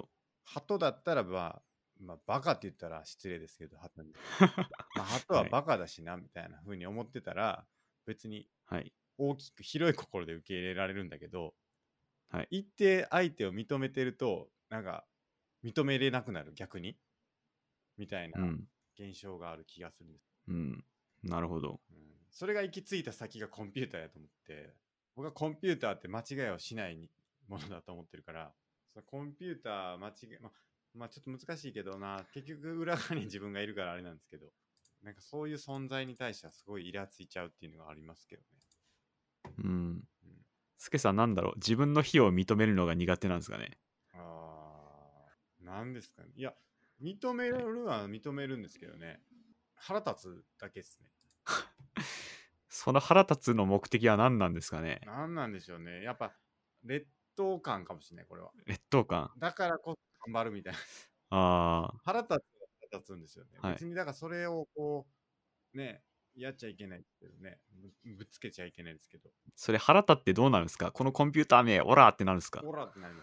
鳩だったら、まあ、まあ、バカって言ったら失礼ですけど、鳩に。まあ、鳩ははいバカだしな、みたいな風に思ってたら、別にはい大きく広い心で受け入れられるんだけど、 はい。 一定相手を認めてると、なんか、認めれなくなる、逆に。みたいなうん現象がある気がするんです。 うん。なるほど。 うん、それが行き着いた先がコンピューターやと思って、僕はコンピューターって間違いをしないものだと思ってるから、そのコンピューター間違い、ま、まあちょっと難しいけどな、結局裏側に自分がいるからあれなんですけど、なんかそういう存在に対してはすごいイラついちゃうっていうのがありますけどね。 うん。 うん、 スケさんなんだろう、自分の非を認めるのが苦手なんですかね。 あー、なんですかね。いや、認めはい、 るは認めるんですけどね。腹立つだけですね。 その腹立つの目的は何なんですかね。 なんなんでしょうね。やっぱ、劣等感かもしれない、これは。 劣等感。 だからこそ頑張るみたいな。 あ腹立つは腹立つんですよね。 あ、はい。 別にだからそれをこう、ね、やっちゃいけないですけどね。ぶぶつけちゃいけないですけど。 それ腹立ってどうなるんですか。このコンピューター名オラーってなるんですか。 オラってなります。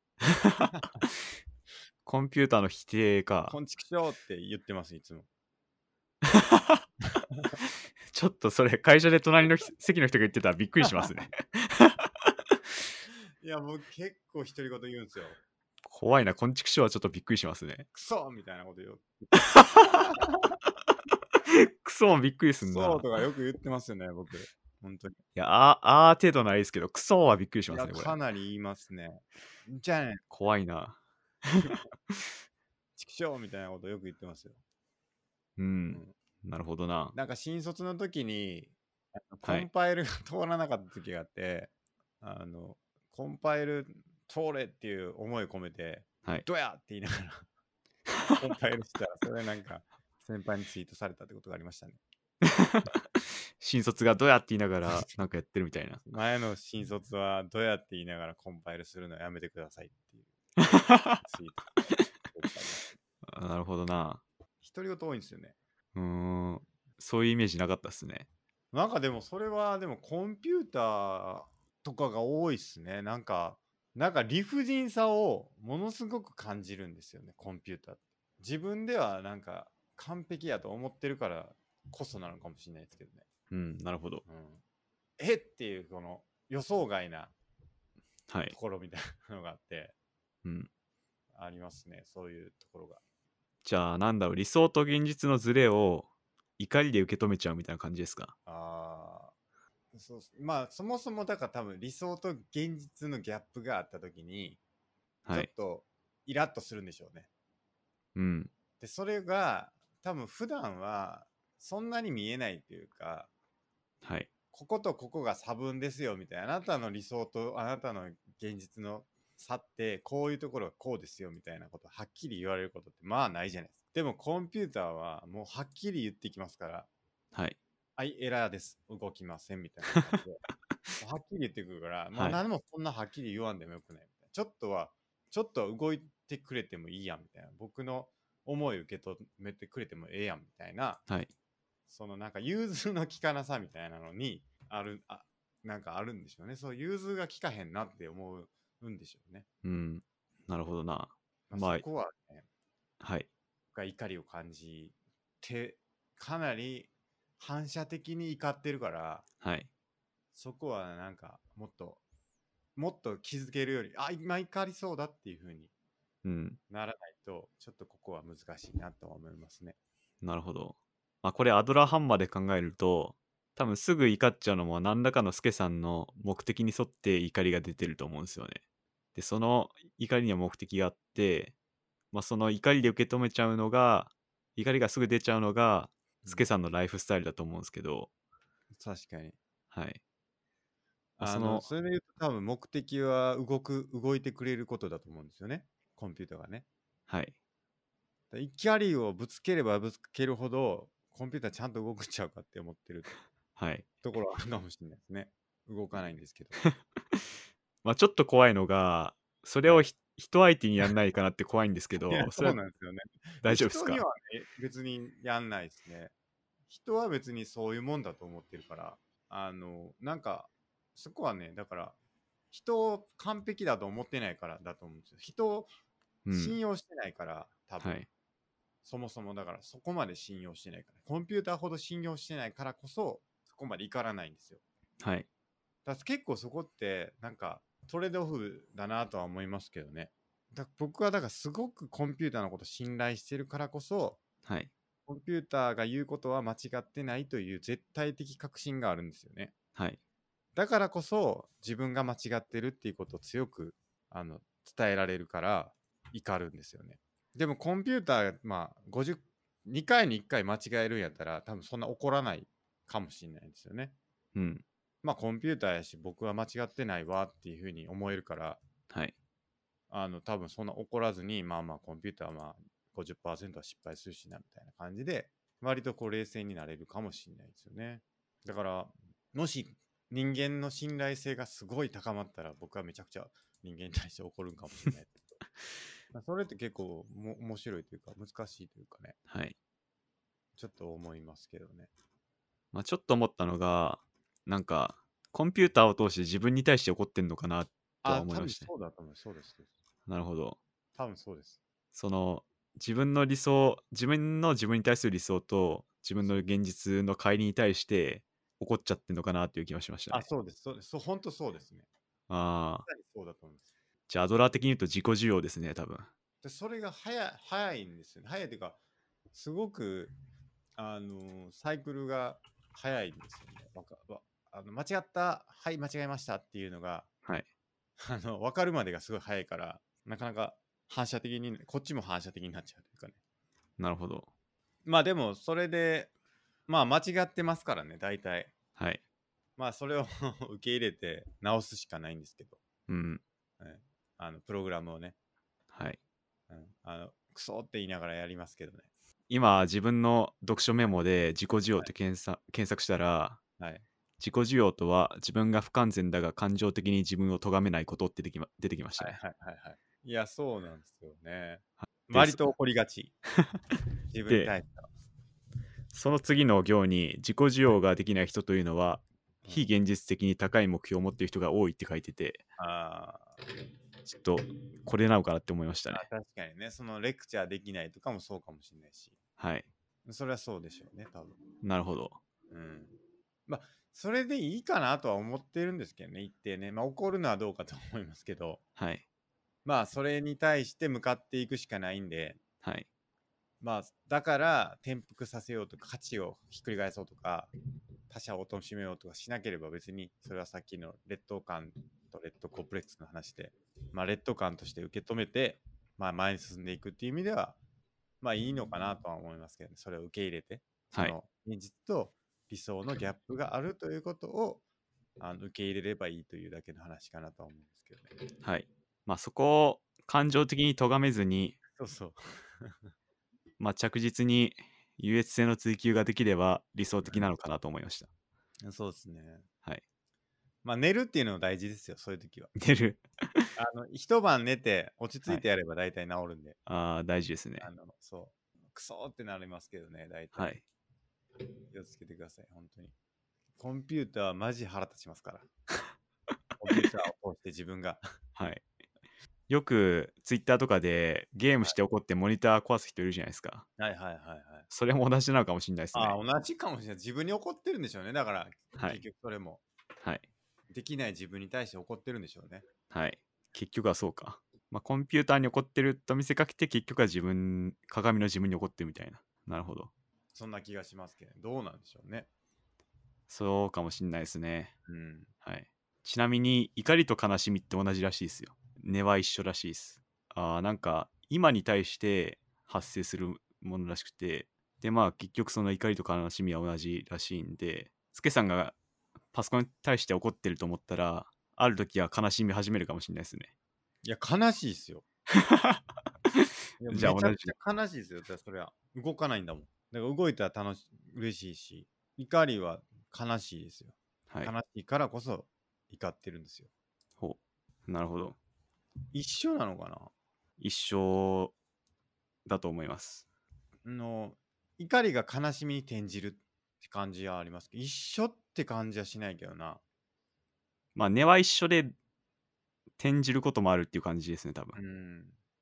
コンピューターの否定か。 こんちくしょうって言ってます、いつも。 ちょっとそれ会社で隣の席の人が言ってたらびっくりしますね。 いや、もう結構独り言言うんですよ。 怖いな、こんちくしょうはちょっとびっくりしますね。 クソみたいなこと言う。 クソもびっくりすクんな。 ソとかよく言ってますよね、僕。本当に。 いや、あー、あー程度ないですけど、クソはびっくりしいや、 ますね、これ。 かなり言いますね。じゃあね、 怖いな。 ちくしょうみたいなことよく言ってますよ。 うん、 うん、 なるほどな。 なんか新卒の時に、あのコはいンパイルが通らなかった時があって、あの、コンパイル通れっていう思い込めて、 はい。 どやって言いながらコンパイルしたら、それなんか先輩にツイートされたってことがありましたね。 新卒がどうやって言いながらなんかやってるみたいな。 前の新卒はどやって言いながらコンパイルするのやめてくださいっていうツイート。 なるほどな。 独り言多いんですよね。 うーん、そういうイメージなかったっすね。 なんかでもそれはでもコンピューターとかが多いっすね。なんか、なんか理不尽さをものすごく感じるんですよね、コンピューターって。自分ではなんか完璧やと思ってるからこそなのかもしれないですけどね。 うん、なるほど。 うん、えっていうこの予想外なはいと。ころみたいなのがあって、 うん。 ありますね、そういうところが。 じゃあ、なんだろう、理想と現実のズレを怒りで受け止めちゃうみたいな感じですか。 ああ、そうっす。まあそもそもだから多分理想と現実のギャップがあった時に、ちはい。 ょっとイラッとするんでしょうね。 うん。 で、それが多分普段はそんなに見えないというか、 はい。 こことここが差分ですよみたいな、あなたの理想とあなたの現実の差ってこういうところがこうですよみたいなことはっきり言われることってまあないじゃないですか。でもコンピューターはもうはっきり言ってきますから、 はい。 はい、エラーです。動きませんみたいな感じで。はっきり言ってくるから、もうはい。 何もそんなはっきり言わんでもよくないみたいな。ちょっとは、ちょっと動いてくれてもいいやんみたいな。僕の思い受け止めてくれてもええやんみたいな、 はい。 そのなんか融通の利かなさみたいなのにある、あ、なんかあるんでしょうね。そう融通が利かへんなって思うんでしょうね。 うん。なるほどな。 まあ、 まあ、 そこはね、 はい。 が怒りを感じて、かなり反射的に怒ってるから、 はい。 そこはなんかもっともっと気づけるより、あ、今怒りそうだっていう風にうん。 ならないと、ちょっとここは難しいなとは思いますね。 なるほど。まあ、これアドラーハンマーで考えると、多分すぐ怒っちゃうのも何らかのスケさんの目的に沿って怒りが出てると思うんですよね。で、その怒りには目的があって、まあ、その怒りで受け止めちゃうのが、怒りがすぐ出ちゃうのが、スケさんのライフスタイルだと思うんですけど、 確かに。 はい。まあ、 あの、 その、 それで言うと多分目的は動く、動いてくれることだと思うんですよね。コンピューターがね。 はい。 だ怒りをぶつければぶつけるほど、コンピューターちゃんと動くんちゃうかって思ってるはい。 ところはあるかもしれないですね。動かないんですけど。 まあちょっと怖いのが、それはい、 をひ人相手にやんないかなって怖いんですけいや、 ど、それはそうなんですよね。 大丈夫ですか。 人にはね、別にやんないですね。人は別にそういうもんだと思ってるから、あの、なんか、そこはね、だから、人を完璧だと思ってないからだと思うんですよ。人うん。 信用してないから、多分、 はい。 そもそもだからそこまで信用してないから、コンピューターほど信用してないからこそ、そこまで怒らないんですよ。 はい。 だから結構そこってなんかトレードオフだなとは思いますけどね。だ僕はだからすごくコンピューターのこと信頼してるからこそ、 はい。 コンピューターが言うことは間違ってないという絶対的確信があるんですよね。 はい。 だからこそ自分が間違ってるっていうことを強くあの伝えられるから怒るんですよね。でもコンピューター、まあごじゅう、にかいにいっかい間違えるんやったら多分そんな怒らないかもしれないんですよね。 うん。 まあコンピューターやし僕は間違ってないわっていうふうに思えるから、 はい。 あの多分そんな怒らずに、まあまあコンピューターはまあ ごじゅっパーセント は失敗するしなみたいな感じで、割とこう冷静になれるかもしれないですよね。だからもし人間の信頼性がすごい高まったら僕はめちゃくちゃ人間に対して怒るんかもしれないですけど、それって結構も面白いというか難しいというかね、 はい。 ちょっと思いますけどね。 まあ、ちょっと思ったのが、なんか、コンピューターを通して自分に対して怒ってんのかなとはあ、多分思いましたね。 そうだと思う。そうです。そうです。 なるほど。 多分そうです。 その、自分の理想、自分の自分に対する理想と、自分のそう現実の乖離に対して怒っちゃってんのかなっていう気がしましたあ、 ね。 そうです。そうです。そう、本当そうですね。 ああ、 まさにそうだと思います。 じゃあアドラー的に言うと自己需要ですね、多分。 で、それが早い、早いんですよね。早いというか、すごく、あのーサイクルが早いんですよね。わかわあの間違った、はい、間違えましたっていうのが、 はい。 あの、分かるまでがすごい早いから、なかなか反射的に、こっちも反射的になっちゃうというかね。 なるほど。 まあでも、それで、まあ間違ってますからね、大体。 はい。 まあそれを受け入れて直すしかないんですけど、 うん。 はい、あのプログラムをね、 はい。 うん、あのクソって言いながらやりますけどね。 今、自分の読書メモで自己需要って検索検索したら、 はい。 自己需要とは自分が不完全だが感情的に自分を咎めないことって出てきま出てきましたね。 はいはいはいはい。いや、そうなんですよね。 で、 割と怒りがち。自分にで対しては。 その次の行に自己需要ができない人というのは、 うん、 非現実的に高い目標を持っている人が多いって書いてて、 あちょっとこれなのかなって思いましたね。 あ、確かにね、そのレクチャーできないとかもそうかもしれないし、 はい。 それはそうでしょうね、多分。 なるほど。 うん。まあ、それでいいかなとは思ってるんですけどね、一定ね。まあ、怒るのはどうかと思いますけど、 はい。 まあ、それに対して向かっていくしかないんで、 はい。 まあ、だから転覆させようとか価値をひっくり返そうとか他者を貶めようとかしなければ別にそれはさっきの劣等感と劣等コンプレックスの話で、まあ、劣等感として受け止めて、まあ、前に進んでいくっていう意味ではまあいいのかなとは思いますけどね。それを受け入れてそはい。 の現実と理想のギャップがあるということをあの受け入れればいいというだけの話かなとは思うんですけどね。 はい。まあそこを感情的に咎めずに、 そうそう。 まあ、着実に優越性の追求ができれば理想的なのかなと思いました。 そうですね。 はい。 まあ寝るっていうのも大事ですよ、そういう時は。 寝る。 あの一晩寝て落ち着はい。 いてやれば大体治るんで、 ああ、大事ですね。 あのそうクソってなりますけどね、大体。 はい。 気をつけてください、本当に。コンピューターはマジ腹立ちますから。コンピューターを通して自分が。 はい。よくツイッターとかでゲームして怒ってモニター壊す人いるじゃないですか。 はいはいはいはい。 それも同じなのかもしれないですね。 ああ、同じかもしれない。自分に怒ってるんでしょうね。だから、 はい結局それも。 はい。 できない自分に対して怒ってるんでしょうね。 はい。結局はそうか。まあ、コンピューターに怒ってると見せかけて結局は自分、鏡の自分に怒ってるみたいな。なるほど。 そんな気がしますけど、どうなんでしょうね。 そうかもしんないですね。 うん。 はい。ちなみに怒りと悲しみって同じらしいですよ。根は一緒らしいです。ああ、なんか今に対して発生するものらしくて、でまあ結局その怒りと悲しみは同じらしいんで、スケさんがパソコンに対して怒ってると思ったら、ある時は悲しみ始めるかもしれないですね。 いや、悲しいっすよ。いや、めちゃくじゃあ同じ。 ちゃ悲しいですよ。だからそれは。動かないんだもん。だから動いたら楽し嬉しいし、怒りは悲しいですよ。 はい。 悲しいからこそ怒ってるんですよ。 ほう。なるほど。 一緒なのかな。 一緒だと思います。 あの怒りが悲しみに転じるって感じはありますけど、一緒って感じはしないけどな。 まあ根は一緒で転じることもあるっていう感じですね、多分。 うん。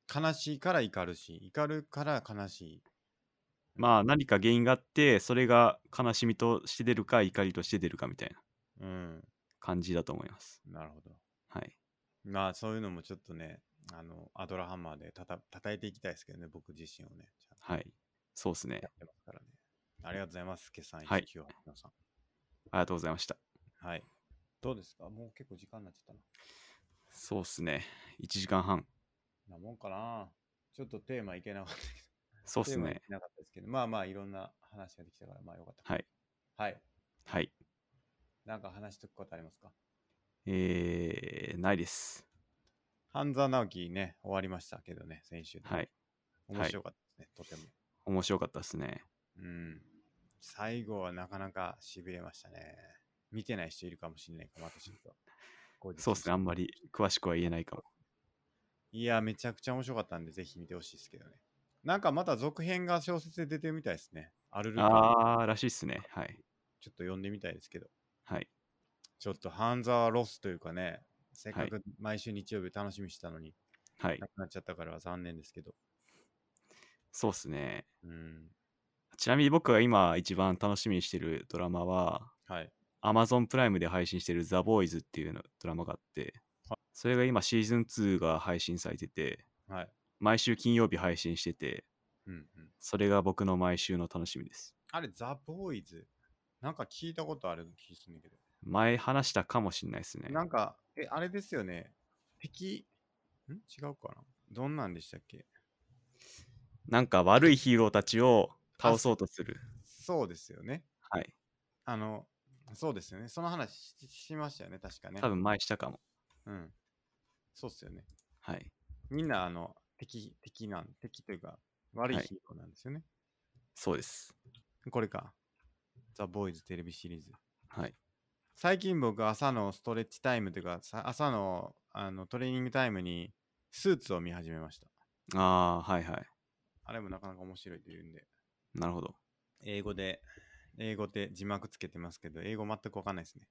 悲しいから怒るし、怒るから悲しい。 まあ何か原因があって、それが悲しみとして出るか、怒りとして出るかみたいなうん。 感じだと思います。 なるほど。 はい。 まあそういうのもちょっとね、あの、アドラハンマーでたた叩いていきたいですけどね、僕自身をね。ちゃんとはい。そうですねや。ってますからね。ありがとうございます、決算はいいちきゅうはちのさん。 ありがとうございました。 はい。どうですか？もう結構時間になっちゃったな。 そうですね。いちじかんはん。 なもんかな。ちょっとテーマいけなかったけど。 そうですね。 テーマいけなかったですけど、まあまあいろんな話ができたから、まあよかったかな。 はい。 はい。 はい。 なんか話しとくことありますか？ えー、ないです。 半沢直樹ね、終わりましたけどね、先週で。 はい。 面白かったですね、とても。 面白かったですね。 うん。最後はなかなかしびれましたね。見てない人いるかもしれないかも、私と。 そうですね。あんまり詳しくは言えないかも。 いや、めちゃくちゃ面白かったんで、ぜひ見てほしいですけどね。なんかまた続編が小説で出てるみたいですね。アルルカあー、らしいっすね。はい。 ちょっと読んでみたいですけど。 はい。 ちょっと半沢ロスというかね、せっはい。 かく毎週日曜日楽しみにしたのに、 はいな。くなっちゃったから残念ですけど。 そうっすね。 うん。 ちなみに僕が今一番楽しみにしてるドラマは、 はい。 Amazon プライムで配信してる The Boys っていうのドラマがあって、 はそれが今シーズンツーが配信されてて、 はい。 毎週金曜日配信してて、 うんうん。 それが僕の毎週の楽しみです。 あれ、ザ・ボーイズ。なんか聞いたことある気するんだけど。 前話したかもしれないですね。 なんか、え、あれですよね。敵、ん違うかな。どんなんでしたっけ？ なんか悪いヒーローたちを倒そうとする。 そうですよね。 はい。 あの、そうですよね。その話ししましたよね、確かね。 多分前したかも。 うん。そうっすよね。 はい。 みんな、あの、敵、敵なん、敵というか、悪いはいヒーローなんですよね。 そうです。 これか。ザ・ボーイズテレビシリーズ。 はい。 最近僕、朝のストレッチタイムというか、さ朝のあのトレーニングタイムにスーツを見始めました。 ああ、はいはい。 あれもなかなか面白いというんで、 なるほど。 英語で、英語で字幕つけてますけど、英語全くわかんないですね。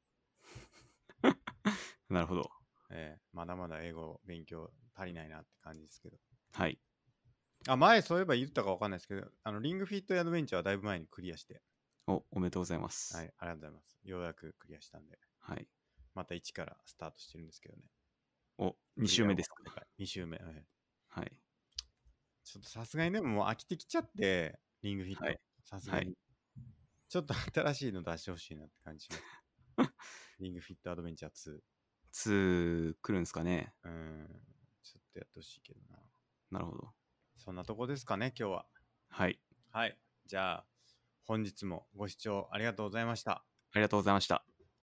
なるほど。 えーまだまだ英語勉強足りないなって感じですけど。 はい。 あ、前そういえば言ったかわかんないですけど、あの、リングフィットアドベンチャーはだいぶ前にクリアして、 お、おめでとうございます。 はい、ありがとうございます。ようやくクリアしたんで、 はい。 また一からスタートしてるんですけどね。 お、に週目ですか。 に週目。はい。 はい。 ちょっとさすがにでももう飽きてきちゃって、リングフィット。 はいさすがに、 はいちょっと新しいの出してほしいなって感じします。リングフィットアドベンチャーツー。 ツー来るんですかね。 うーん。ちょっとやってほしいけどな。 なるほど。 そんなとこですかね、今日は。 はい。 はい。じゃあ、本日もご視聴ありがとうございました。 ありがとうございました。